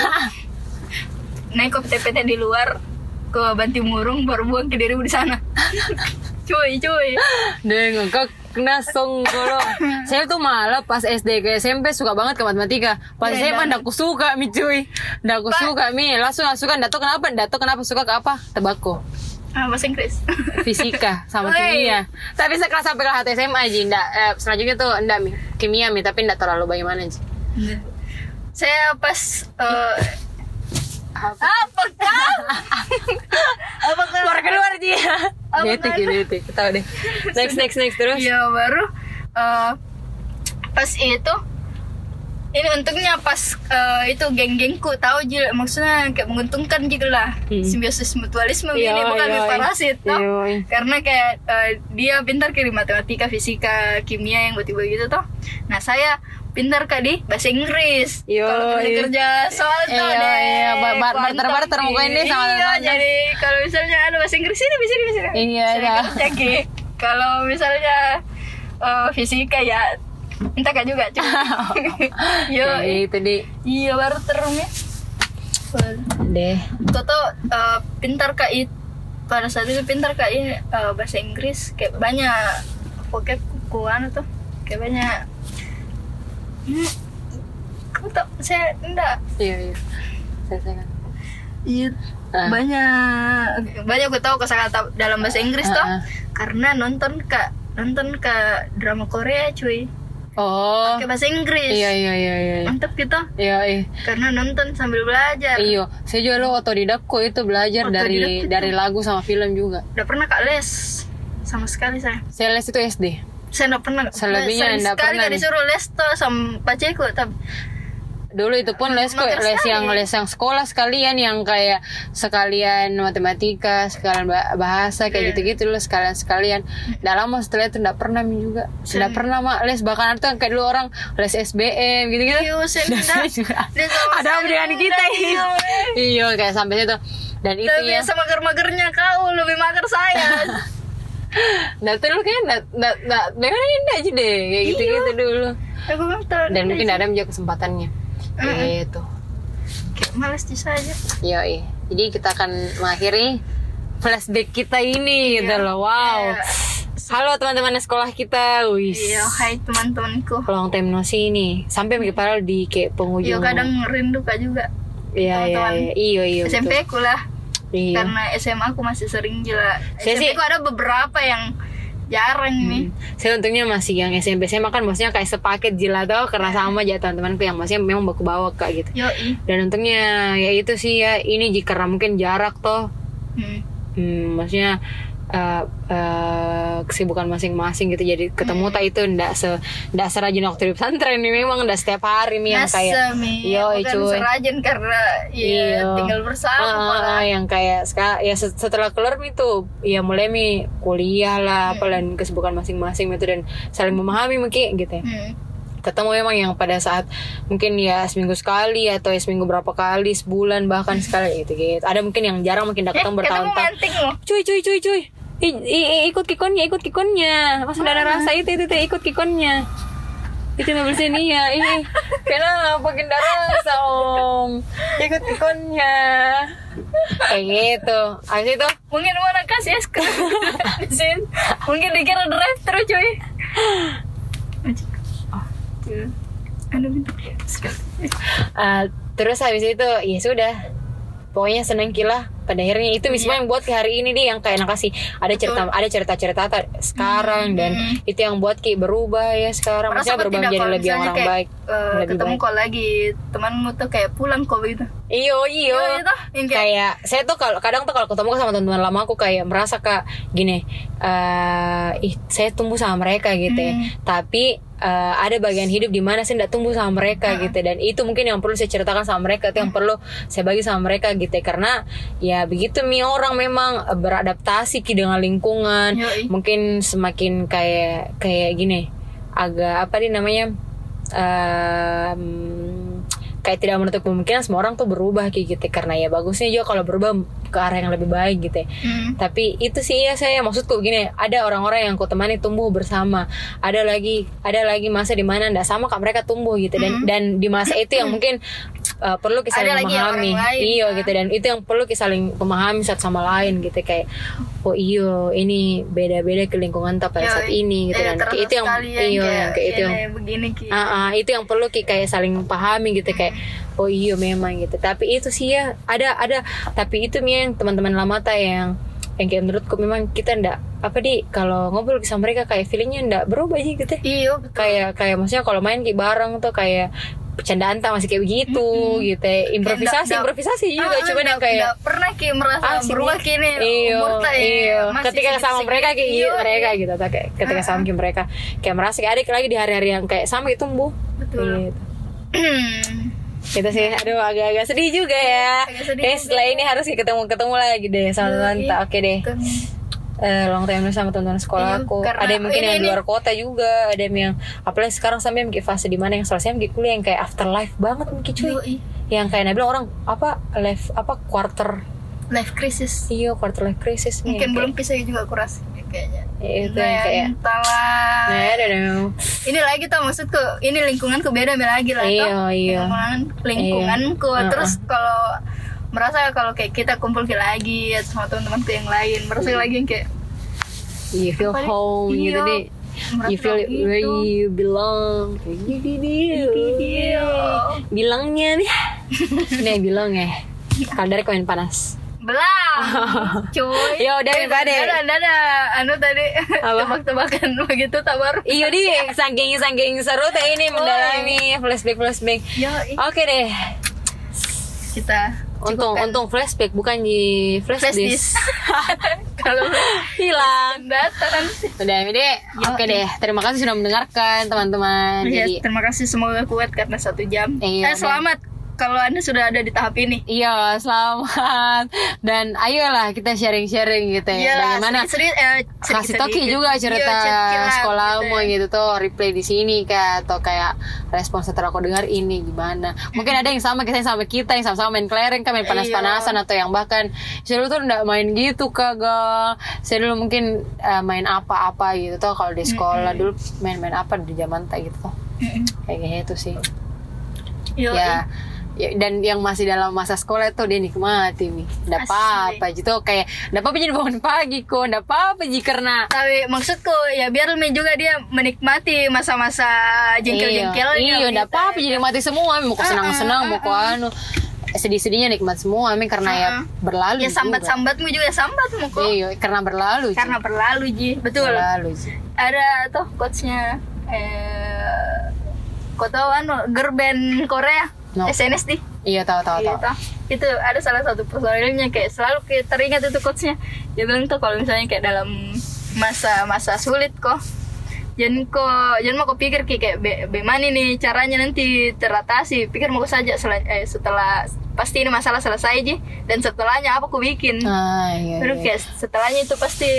Naik ke P T P T di luar ke Banti Murung baru buang ke dirimu di sana. Cuy, cuy. Deng, kau kena songgolo. Saya tuh malah pas S D ke S M P suka banget ke matematika. Pas Iya, saya mah dan- ndak ku suka mi cuy. Ndak ku Pak. suka mi. Langsung nggak suka. Ndak tahu kenapa. Ndak tahu kenapa suka ke apa? Tebako. Ah, bahasa Inggris. Fisika sama Wey. kimia. Tapi sekelas sampai kelas satu S M A aja ndak eh, selanjutnya tuh ndak mi. Kimia mi tapi ndak terlalu bagaimana aja. Saya pas eh Apa? apa kah? apa kah? Keluar keluar dia. Apa Detik kan? ya detik. Tahu deh. Next next next terus. Iya baru eh, pas itu ini untungnya pas eh, itu geng-gengku tahu juga maksudnya kayak menguntungkan juga lah Hmm. simbiosis mutualisme Iya, ini bukan iya, parasit toh. iya. Karena kayak eh, dia pintar kayak di matematika fisika kimia yang tiba-tiba gitu toh. Nah saya pintar kak di bahasa Inggris. Yo, Kalau kerja iya. kerja soal tuh Iya, deh. iya, bar- bar- Kuantum. barter-barter muka ini sama Iya, teman-teman. jadi kalau misalnya ada bahasa Inggris ini bisa bisa. Iya, Saya iya. kerja, Ki. Kalau misalnya eh, fisika ya minta kak juga cuy. Yo, Ya, itu di iya barter ya. deh. Toto eh, pintar kak itu pada saat itu pintar kak ini eh, bahasa Inggris kayak banyak vocab kuan tuh kayak banyak. Hmm, kamu tau saya enggak Iya, iya. Selesai kan. iya Ah. banyak banyak aku tahu kosakata dalam bahasa Inggris Ah, toh ah. karena nonton kak nonton kak drama Korea cuy Oh. pakai bahasa Inggris. Iya, iya, iya, iya. Mantap kita Iya, iya. karena nonton sambil belajar. Iya, saya juga lo otodidak kok itu belajar Otodidak dari itu. dari lagu sama film juga. Udah pernah kak les sama sekali saya. Saya les itu S D. Saya nggak pernah. Selebihnya Sering nggak sekali pernah kak nih. disuruh les toh sama paceku tapi dulu itu pun les kok, Mager les sekali. yang les yang sekolah sekalian, yang kayak sekalian matematika, sekalian bah- bahasa kayak Iya. gitu-gitu loh, sekalian sekalian. Nggak lama setelah itu nggak pernah Mi juga, nggak pernah mak les, bahkan ada tuh kayak dulu orang les S B M gitu-gitu. Iya, saya tidak. Dia sama Ada sekali dengan kita tidak, ini. iya. Iya kayak sampai situ. Dan itu Tapi ya. sama mager-magernya kau lebih mager saya. Nah tuh lu kayak nggak nggak nggak dengerin aja deh kayak gitu-gitu dulu. Aku kan tahu. Dan mungkin ada juga kesempatannya. Gitu. Kayak males di saja. Yoi. Jadi kita akan mengakhiri flashback kita ini gitu loh. Wow. Iya. Halo teman-teman sekolah kita. Wis. Iya, hai teman-temanku. Long time no see ini. Sampai mikir padahal di kayak penghujung. Iya, kadang rindu kak juga. Iya iya teman-teman. iya. Iya iya. S M P betul. ku lah. Iya. Karena S M A aku masih sering gila. Saya S M P sih- ku ada beberapa yang jarang nih. Saya untungnya masih yang S M P S M A kan maksudnya kayak sepaket jila tau, karena sama aja teman-temanku yang maksudnya memang baku bawa kak gitu. Yoi. Dan untungnya ya itu sih ya, ini jika karena mungkin jarak toh. Hmm. Hmm, maksudnya uh, uh, kesibukan masing-masing gitu, jadi ketemu Hmm. tak itu ndak se ndak serajin waktu di pesantren nih, memang ndak setiap hari nih yang Masa, kayak Mi? yo Bukan cuy serajin karena ya Iya. tinggal bersama Ah, ah, malah. ah, yang kayak seka- ya set- setelah keluar itu ya mulai mi kuliah lah apa dan kesibukan masing-masing itu, dan saling memahami mungkin gitu ya. Hmm. Ketemu memang yang pada saat mungkin ya seminggu sekali atau ya seminggu berapa kali, sebulan bahkan sekali gitu gitu. Ada mungkin yang jarang, mungkin udah Eh, ketemu ketemu bertahun-tahun. manting loh. Cuy cuy cuy cuy. I, i, i- ikut kikonnya, ikut kikonnya. Mas udah ada rasa itu itu tuh, ikut kikonnya. Itu mobil sini ya. Ih, kenapa makin ada rasa om? Ikut kikonnya. Kayak gitu. Habis itu Mungkin mau kasih es krim di sini. Mungkin dikira drive thru cuy. Oh. Aduh, minta es krim. uh, terus habis itu ya sudah. Pokoknya seneng kila. Pada akhirnya itu Misma yang buat ke hari ini nih, yang kayak nakasih ada cerita ada cerita-cerita ta- sekarang dan itu yang buat Ki berubah ya sekarang, Merasa maksudnya kok berubah tidak menjadi kalau lebih misalnya orang kayak, baik, eh, lebih ketemu baik. kok lagi temanmu tuh kayak pulang kok gitu. Iyo iyo. Iya, itu, yang kayak- Kayak saya tuh kalau kadang tuh kalau ketemu sama teman-teman lama aku kayak merasa kak gini, eh ih saya tumbuh sama mereka gitu ya. Hmm. Tapi eh, ada bagian hidup di mana saya tidak tumbuh sama mereka gitu, dan itu mungkin yang perlu saya ceritakan sama mereka, itu yang perlu saya bagi sama mereka gitu ya. Karena ya begitu mi orang memang eh, beradaptasi ki dengan lingkungan, Yoi. mungkin semakin kayak kayak gini agak apa nih namanya, em, kayak tidak menutup kemungkinan semua orang tuh berubah kayak gitu, karena ya bagusnya juga kalau berubah ke arah yang lebih baik gitu ya. Hmm. Tapi itu sih ya saya maksudku gini, ada orang-orang yang ku temani tumbuh bersama, ada lagi ada lagi masa di mana ndak sama kak mereka tumbuh gitu, dan dan di masa itu yang mungkin uh, perlu kita Ada saling lagi yang memahami, orang lain, iya kan. gitu, dan itu yang perlu kita saling memahami satu sama lain gitu, kayak oh iyo ini beda-beda ke lingkungan tak pada Yoi. saat ini gitu, Eh, dan terasa kayak itu yang sekali ya, iyo kayak yang kayak itu yang ini begini Ki. Ah, ah, itu yang perlu ki kayak saling pahami gitu, kayak oh iya memang gitu. Tapi itu sih ya ada ada tapi itu nih yang teman-teman lama ta yang yang kayak menurutku memang kita ndak apa di kalau ngobrol sama mereka kayak feelingnya ndak berubah sih gitu. Iya betul. Kayak kayak maksudnya kalau main kayak bareng tuh kayak bercandaan tak masih kayak begitu gitu ya. Improvisasi ndak- improvisasi juga Ah, cuman ndak- yang kayak ndak pernah Ki merasa asik berubah nih. kini Iyo, umur tak ya, iyo. masih Ketika sama segitu-segitu. mereka kayak Iyo, mereka iya. gitu tak kayak ketika sama kayak mereka kayak merasa kayak adik lagi di hari-hari yang kayak sama itu tumbuh. Betul. Gitu. Gitu sih, aduh agak-agak sedih juga ya. Agak sedih Eh juga. setelah ini harus ketemu-ketemu lagi deh sama teman. Iya. Oke deh. Kan. Eh, long time no sama teman-teman sekolah Iya, aku. karena Ada yang mungkin ini- yang di ini- luar kota juga, ada yang apalagi sekarang sampai yang fase di mana yang selesai yang kuliah yang kayak afterlife banget mungkin cuy. Yoi. Yang kayak Nabil orang apa life apa quarter Life crisis. iyo quarter life crisis nih, Mungkin yang belum kayak- bisa juga aku rasa kayaknya. Ya, itu Nah, yang kayak entahlah. nah, I don't know. Ini lagi tau maksudku, ini lingkunganku beda lagi lah Iya, toh. iya. Lingkungan, lingkunganku. Iya. Terus kalau merasa kalau kayak kita kumpul lagi atau sama teman-temanku yang lain, merasa lagi yang kayak You feel Apa nih? home Iya. gitu deh. Merasa You feel gitu. where you belong. Kayak gitu dia. Iya. Bilangnya nih. Nih bilang ya. Kalau dari koin panas. belang, cuy. Ya udah, Eh, Pak, deh. Ada, ada, ada, anu tadi Apa? tebak-tebakan begitu tak baru. Iya di saking saking seru teh ini mendalami flashback flashback. Yo, Oke deh. kita Untung cukupkan. untung flashback bukan di flash Flash disk. disk. Kalau hilang. data kan. Udah Mide, oke deh. Terima kasih sudah mendengarkan teman-teman. Ya, Jadi terima kasih, semoga kuat karena satu jam. Iya, eh, selamat kalau Anda sudah ada di tahap ini. iya, selamat. Dan ayolah kita sharing-sharing gitu ya. Iyalah, Bagaimana seri- seri- eh, kasih sedikit- Toki sedikit. juga cerita Iya, cekilah, sekolahmu gitu ya. gitu tuh, replay di sini kak, atau kayak respon setelah aku dengar ini gimana. Mungkin ada yang sama kita yang sama kita yang sama-sama main kelereng kan, main panas-panasan, atau yang bahkan saya dulu tuh nggak main gitu kagak. Saya dulu mungkin uh, main apa-apa gitu tuh kalau di sekolah. Dulu main-main apa di zaman tak gitu tuh. Kayak gitu sih. Yo, Ya, ya, dan yang masih dalam masa sekolah itu dia nikmati nih. Nggak Asli. apa-apa gitu, kayak nggak apa-apa jadi bangun pagi kok, nggak apa-apa ji karena tapi maksudku ya biar Lemi juga dia menikmati masa-masa jengkel-jengkelnya. Iya, iya, nggak gitu. apa-apa jadi nikmati semua. Mau kau senang-senang, mau kau anu sedih-sedihnya nikmat semua. Emang karena ya berlalu. Ya sambat-sambatmu juga sambatmu kok. Iya, karena berlalu. Ji. Karena berlalu Ji, betul. Berlalu. Ji. Ada tuh coachnya eh kau tahu anu girl band Korea No. S N S D. Iya, tahu tahu Iya, tahu. toh. Itu ada salah satu personilnya kayak selalu kayak teringat itu coachnya. Dia bilang tuh kalau misalnya kayak dalam masa-masa sulit kok, jangan kok jangan mau kau pikir kayak kayak be- bagaimana nih caranya nanti teratasi. Pikir mau saja sel- eh, setelah pasti ini masalah selesai Ji, dan setelahnya apa aku bikin. Ah, iya. Terus iya. kayak setelahnya itu pasti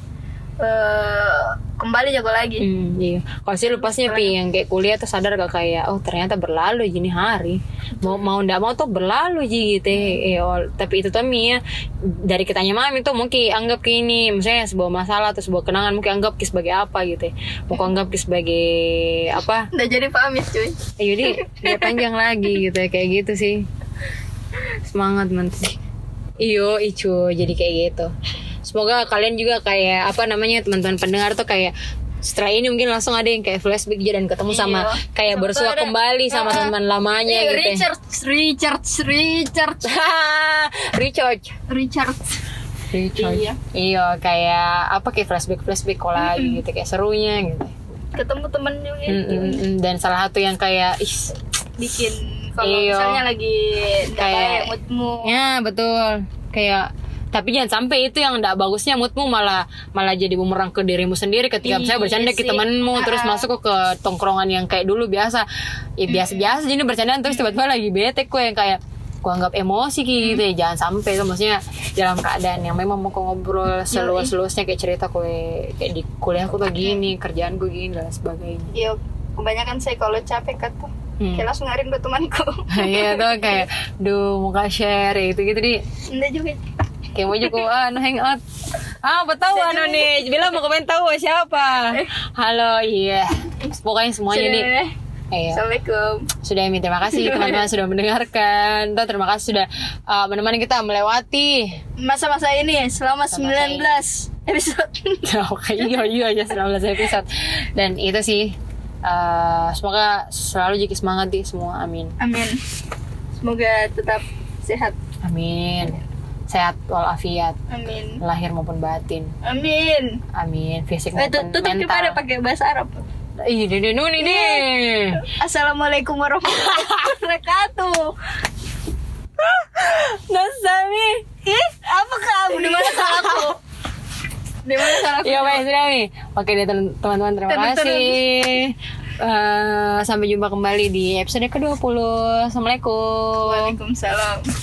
eh, kembali jago lagi. Hmm, iya. Kalau sih lepasnya pi yang kayak kuliah tuh sadar gak kayak oh ternyata berlalu gini hari. Mau mau ndak mau tuh berlalu ji gitu. Eh, oh, tapi itu tuh Mi ya dari kitanya mami tuh mungkin anggap kayak ini misalnya sebuah masalah atau sebuah kenangan mungkin anggap ki sebagai apa gitu. Mau kau anggap ki sebagai apa? Udah jadi pamit cuy. Eh, jadi dia panjang lagi gitu ya kayak gitu sih. Semangat menteri. Iyo, icu jadi kayak gitu. Semoga kalian juga kayak apa namanya teman-teman pendengar tuh kayak setelah ini mungkin langsung ada yang kayak flashback aja dan ketemu sama Iya. kayak Sama bersua tuh ada- kembali sama Ah, teman lamanya Iya, gitu. Richard, Richard, Richard, Richard. Richard. Richard. Iya. Iya, kayak apa kayak flashback flashback kok lagi gitu kayak serunya gitu. Ketemu temen juga Mm, itu. mm, mm. Dan salah satu yang kayak ih Bikin kalau Iya. misalnya lagi nggak Kayak- baik moodmu. ya betul kayak tapi jangan sampai itu yang enggak bagusnya moodmu malah malah jadi bumerang ke dirimu sendiri ketika Iya misalnya bercanda ke sih. temanmu terus Ah. masuk ke tongkrongan yang kayak dulu biasa ya biasa-biasa jadi bercandaan terus tiba-tiba lagi bete kok yang kayak gua anggap emosi gitu ya jangan sampai itu maksudnya dalam keadaan yang memang mau kau ngobrol seluas-luasnya kayak cerita kue kayak di kuliahku tuh gini kerjaan gue gini dan sebagainya. Iya, kebanyakan saya kalau capek kan tuh Hmm. kayak langsung ngarin ke temanku. Iya tuh kayak duh muka share itu gitu di Enggak juga. kayak mau juga anu hangout. Ah, apa tahu anu nih? Bilang mau komen tahu siapa? Halo, iya. Pokoknya semuanya nih. Sudah. Iya. Assalamualaikum. Sudah Emi, terima kasih teman-teman sudah mendengarkan. Tuh, terima kasih sudah uh, menemani kita melewati. Masa-masa ini selama sembilan belas episode. Oke, iya iya aja sembilan belas episode. Dan itu sih uh, semoga selalu jadi semangat di semua. Amin. Amin. Semoga tetap sehat. Amin. Sehat walafiat. Amin. Lahir maupun batin. Amin. Amin. Fisik Eh, maupun tutup mental. kepada pakai bahasa Arab. Ih, deh, nih deh. Assalamualaikum warahmatullahi wabarakatuh. Nasami. Ih, apa kamu? Di mana salahku? Di mana salahku? Iya, baik sudah nih. Oke deh teman-teman, terima Tentu, kasih. Eh, sampai jumpa kembali di episode ke dua puluh. Assalamualaikum. Waalaikumsalam.